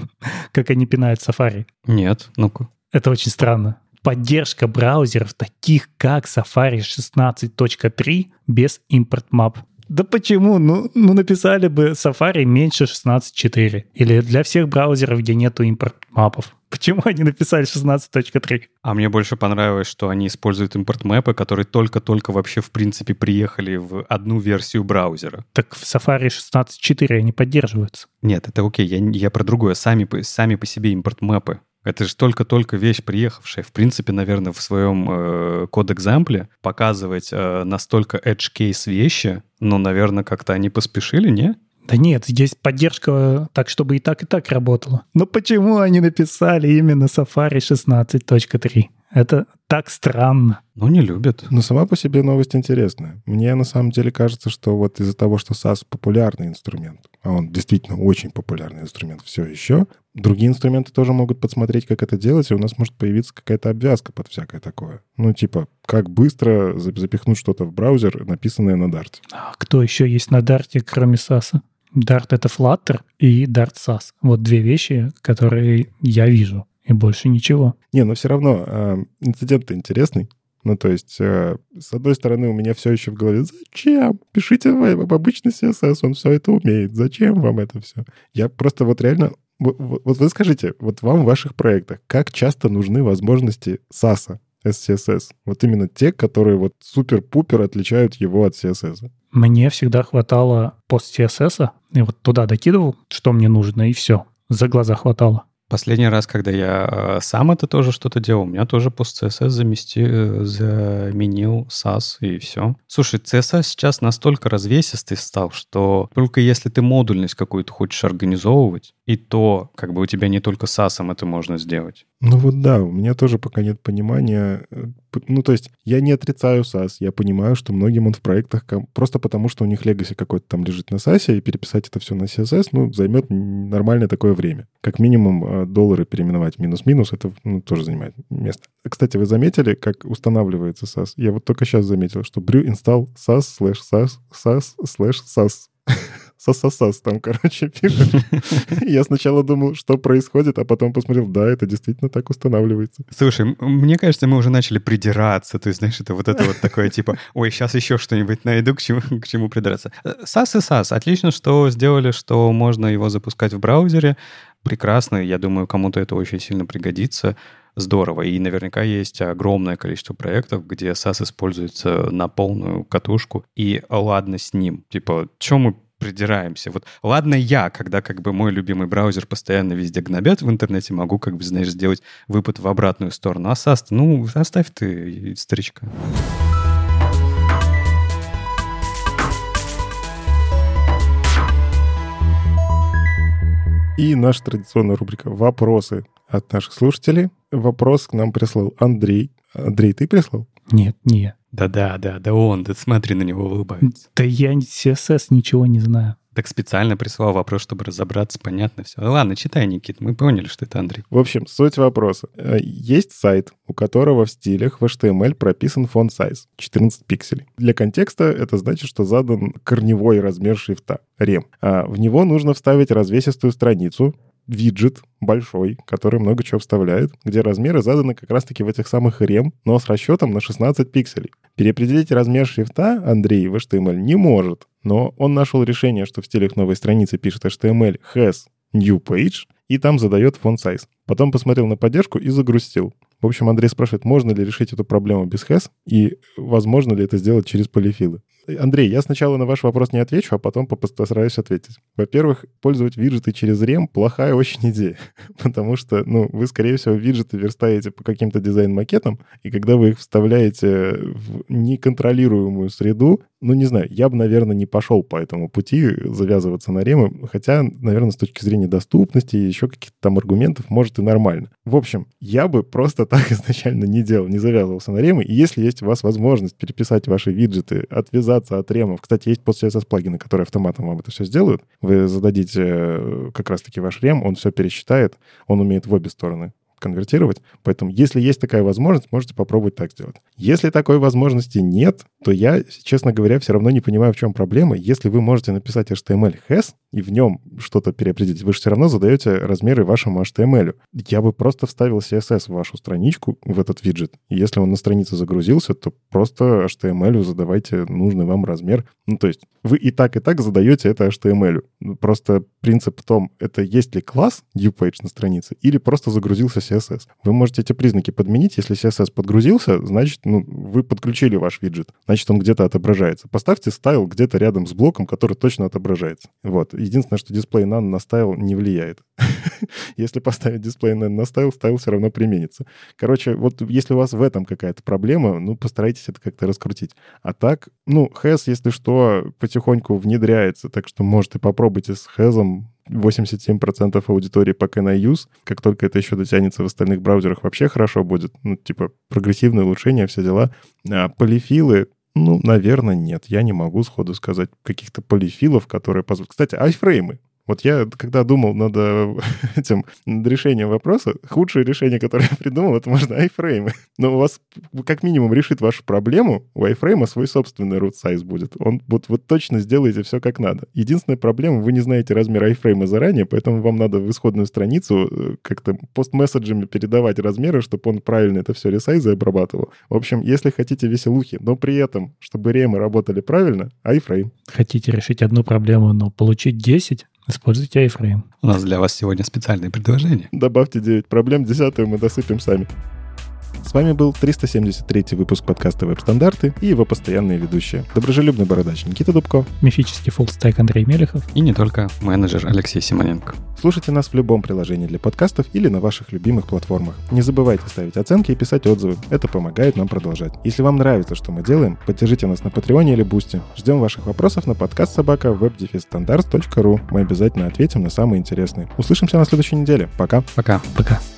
как они пинают Safari? Нет, ну-ка. Это очень странно. Поддержка браузеров, таких как Safari шестнадцать точка три без импорт мап. Да почему? Ну, ну написали бы Safari меньше шестнадцать точка четыре. Или для всех браузеров, где нету импорт мапов. Почему они написали шестнадцать точка три? А мне больше понравилось, что они используют импорт-мэпы, которые только-только вообще в принципе приехали в одну версию браузера. Так в Safari шестнадцать точка четыре они поддерживаются. Нет, это окей, я, я про другое. Сами, сами по себе импорт-мэпы, Это же только-только вещь приехавшая. В принципе, наверное, в своем э, код-экзампле показывать э, настолько edge-case вещи, ну, наверное, как-то они поспешили, не? Да нет, здесь поддержка так, чтобы и так, и так работала. Но почему они написали именно Safari шестнадцать точка три? Это так странно. Ну, не любят. Но сама по себе новость интересная. Мне на самом деле кажется, что вот из-за того, что сас популярный инструмент, а он действительно очень популярный инструмент все еще, другие инструменты тоже могут подсмотреть, как это делать, и у нас может появиться какая-то обвязка под всякое такое. Ну, типа, как быстро запихнуть что-то в браузер, написанное на Dart. А кто еще есть на Dart, кроме саса? Dart — это Flutter и Dart сас. Вот две вещи, которые я вижу, и больше ничего. Не, но все равно э, инцидент-то интересный. Ну, то есть, э, с одной стороны, у меня все еще в голове: зачем? Пишите в, в обычный си эс эс, он все это умеет. Зачем вам это все? Я просто вот реально... Вот, вот вы скажите, вот вам в ваших проектах как часто нужны возможности саса, эс си эс эс? Вот именно те, которые вот супер-пупер отличают его от си эс эс. Мне всегда хватало пост-си эс эс, и вот туда докидывал, что мне нужно, и все. За глаза хватало. Последний раз, когда я э, сам это тоже что-то делал, у меня тоже пост-си эс эс замести, э, заменил сас, и все. Слушай, си эс эс сейчас настолько развесистый стал, что только если ты модульность какую-то хочешь организовывать, и то, как бы у тебя не только сасом это можно сделать. Ну вот да, у меня тоже пока нет понимания. Ну, то есть я не отрицаю сас, я понимаю, что многим он в проектах просто потому, что у них легаси какой-то там лежит на сасе, и переписать это все на си эс эс, ну, займет нормальное такое время. Как минимум доллары переименовать минус-минус, это ну, тоже занимает место. Кстати, вы заметили, как устанавливается сас? Я вот только сейчас заметил, что brew install sas slash sas sas slash sas. Сас-сас-сас там, короче, пишет. Я сначала думал, что происходит, а потом посмотрел, да, это действительно так устанавливается. Слушай, мне кажется, мы уже начали придираться. То есть, знаешь, это вот это вот такое типа, ой, сейчас еще что-нибудь найду, к чему, к чему придраться. сас и сас. Отлично, что сделали, что можно его запускать в браузере. Прекрасно. Я думаю, кому-то это очень сильно пригодится. Здорово. И наверняка есть огромное количество проектов, где сас используется на полную катушку. И ладно с ним. Типа, чем мы придираемся? Вот ладно я, когда как бы мой любимый браузер постоянно везде гнобят в интернете, могу как бы, знаешь, сделать выпад в обратную сторону. А сас, ну, оставь ты, старичка. И наша традиционная рубрика «Вопросы от наших слушателей». Вопрос к нам прислал Андрей. Андрей, ты прислал? Нет, не я. Да-да, да, да он, да смотри на него, улыбается. Да я си эс эс ничего не знаю. Так специально прислал вопрос, чтобы разобраться, понятно все. Ладно, читай, Никит, мы поняли, что это Андрей. В общем, суть вопроса. Есть сайт, у которого в стилях в эйч ти эм эль прописан font size четырнадцать пикселей. Для контекста это значит, что задан корневой размер шрифта, рем. А в него нужно вставить развесистую страницу, виджет большой, который много чего вставляет, где размеры заданы как раз-таки в этих самых рем, но с расчетом на шестнадцать пикселей. Переопределить размер шрифта Андрей в эйч ти эм эль не может, но он нашел решение, что в стилях новой страницы пишет эйч ти эм эль has new page, и там задает font size. Потом посмотрел на поддержку и загрустил. В общем, Андрей спрашивает, можно ли решить эту проблему без has, и возможно ли это сделать через полифилы. Андрей, я сначала на ваш вопрос не отвечу, а потом постараюсь ответить. Во-первых, пользовать виджеты через рем — плохая очень идея, потому что, ну, вы, скорее всего, виджеты верстаете по каким-то дизайн-макетам, и когда вы их вставляете в неконтролируемую среду, ну, не знаю, я бы, наверное, не пошел по этому пути завязываться на ремы, хотя, наверное, с точки зрения доступности и еще каких-то там аргументов, может, и нормально. В общем, я бы просто так изначально не делал, не завязывался на ремы, и если есть у вас возможность переписать ваши виджеты, отвязаться от ремов. Кстати, есть пост-си эс эс-плагины, которые автоматом вам это все сделают. Вы зададите как раз-таки ваш рем, он все пересчитает, он умеет в обе стороны конвертировать. Поэтому, если есть такая возможность, можете попробовать так сделать. Если такой возможности нет, то я, честно говоря, все равно не понимаю, в чем проблема. Если вы можете написать эйч ти эм эль has и в нем что-то переопределить, вы же все равно задаете размеры вашему эйч ти эм эль. Я бы просто вставил си эс эс в вашу страничку, в этот виджет. И если он на странице загрузился, то просто эйч ти эм эль задавайте нужный вам размер. Ну, то есть вы и так, и так задаете это эйч ти эм эль. Просто принцип в том, это есть ли класс newPage на странице или просто загрузился си эс эс. Вы можете эти признаки подменить. Если си эс эс подгрузился, значит, ну, вы подключили ваш виджет. Значит, он где-то отображается. Поставьте стайл где-то рядом с блоком, который точно отображается. Вот. И единственное, что дисплей none на стайл не влияет. Если поставить дисплей none на стайл, стайл все равно применится. Короче, вот если у вас в этом какая-то проблема, ну, постарайтесь это как-то раскрутить. А так, ну, хэз, если что, потихоньку внедряется, так что, может, и попробуйте с хэзом. восемьдесят семь процентов аудитории пока на use. Как только это еще дотянется в остальных браузерах, вообще хорошо будет. Ну, типа, прогрессивное улучшение, все дела. А полифилы, ну, наверное, нет. Я не могу сходу сказать каких-то полифилов, которые позволят. Кстати, айфреймы. Вот я, когда думал над этим, над решением вопроса, худшее решение, которое я придумал, это можно айфреймы. Но у вас как минимум решит вашу проблему, у айфрейма свой собственный root size будет. Он вот, вот точно сделаете все как надо. Единственная проблема, вы не знаете размер айфрейма заранее, поэтому вам надо в исходную страницу как-то постмесседжами передавать размеры, чтобы он правильно это все ресайзы обрабатывал. В общем, если хотите веселухи, но при этом, чтобы ремы работали правильно, айфрейм. Хотите решить одну проблему, но получить десять? Используйте iFrame. У нас для вас сегодня специальное предложение. Добавьте девять проблем, десятую мы досыпем сами. С вами был триста семьдесят третий выпуск подкаста «Веб-стандарты» и его постоянные ведущие. Доброжелюбный бородач Никита Дубко. Мифический фуллстек Андрей Мелехов. И не только, менеджер Алексей Симоненко. Слушайте нас в любом приложении для подкастов или на ваших любимых платформах. Не забывайте ставить оценки и писать отзывы. Это помогает нам продолжать. Если вам нравится, что мы делаем, поддержите нас на Патреоне или Бусти. Ждем ваших вопросов на подкаст собака веб стандарт точка ру. Мы обязательно ответим на самые интересные. Услышимся на следующей неделе. Пока. Пока. Пока.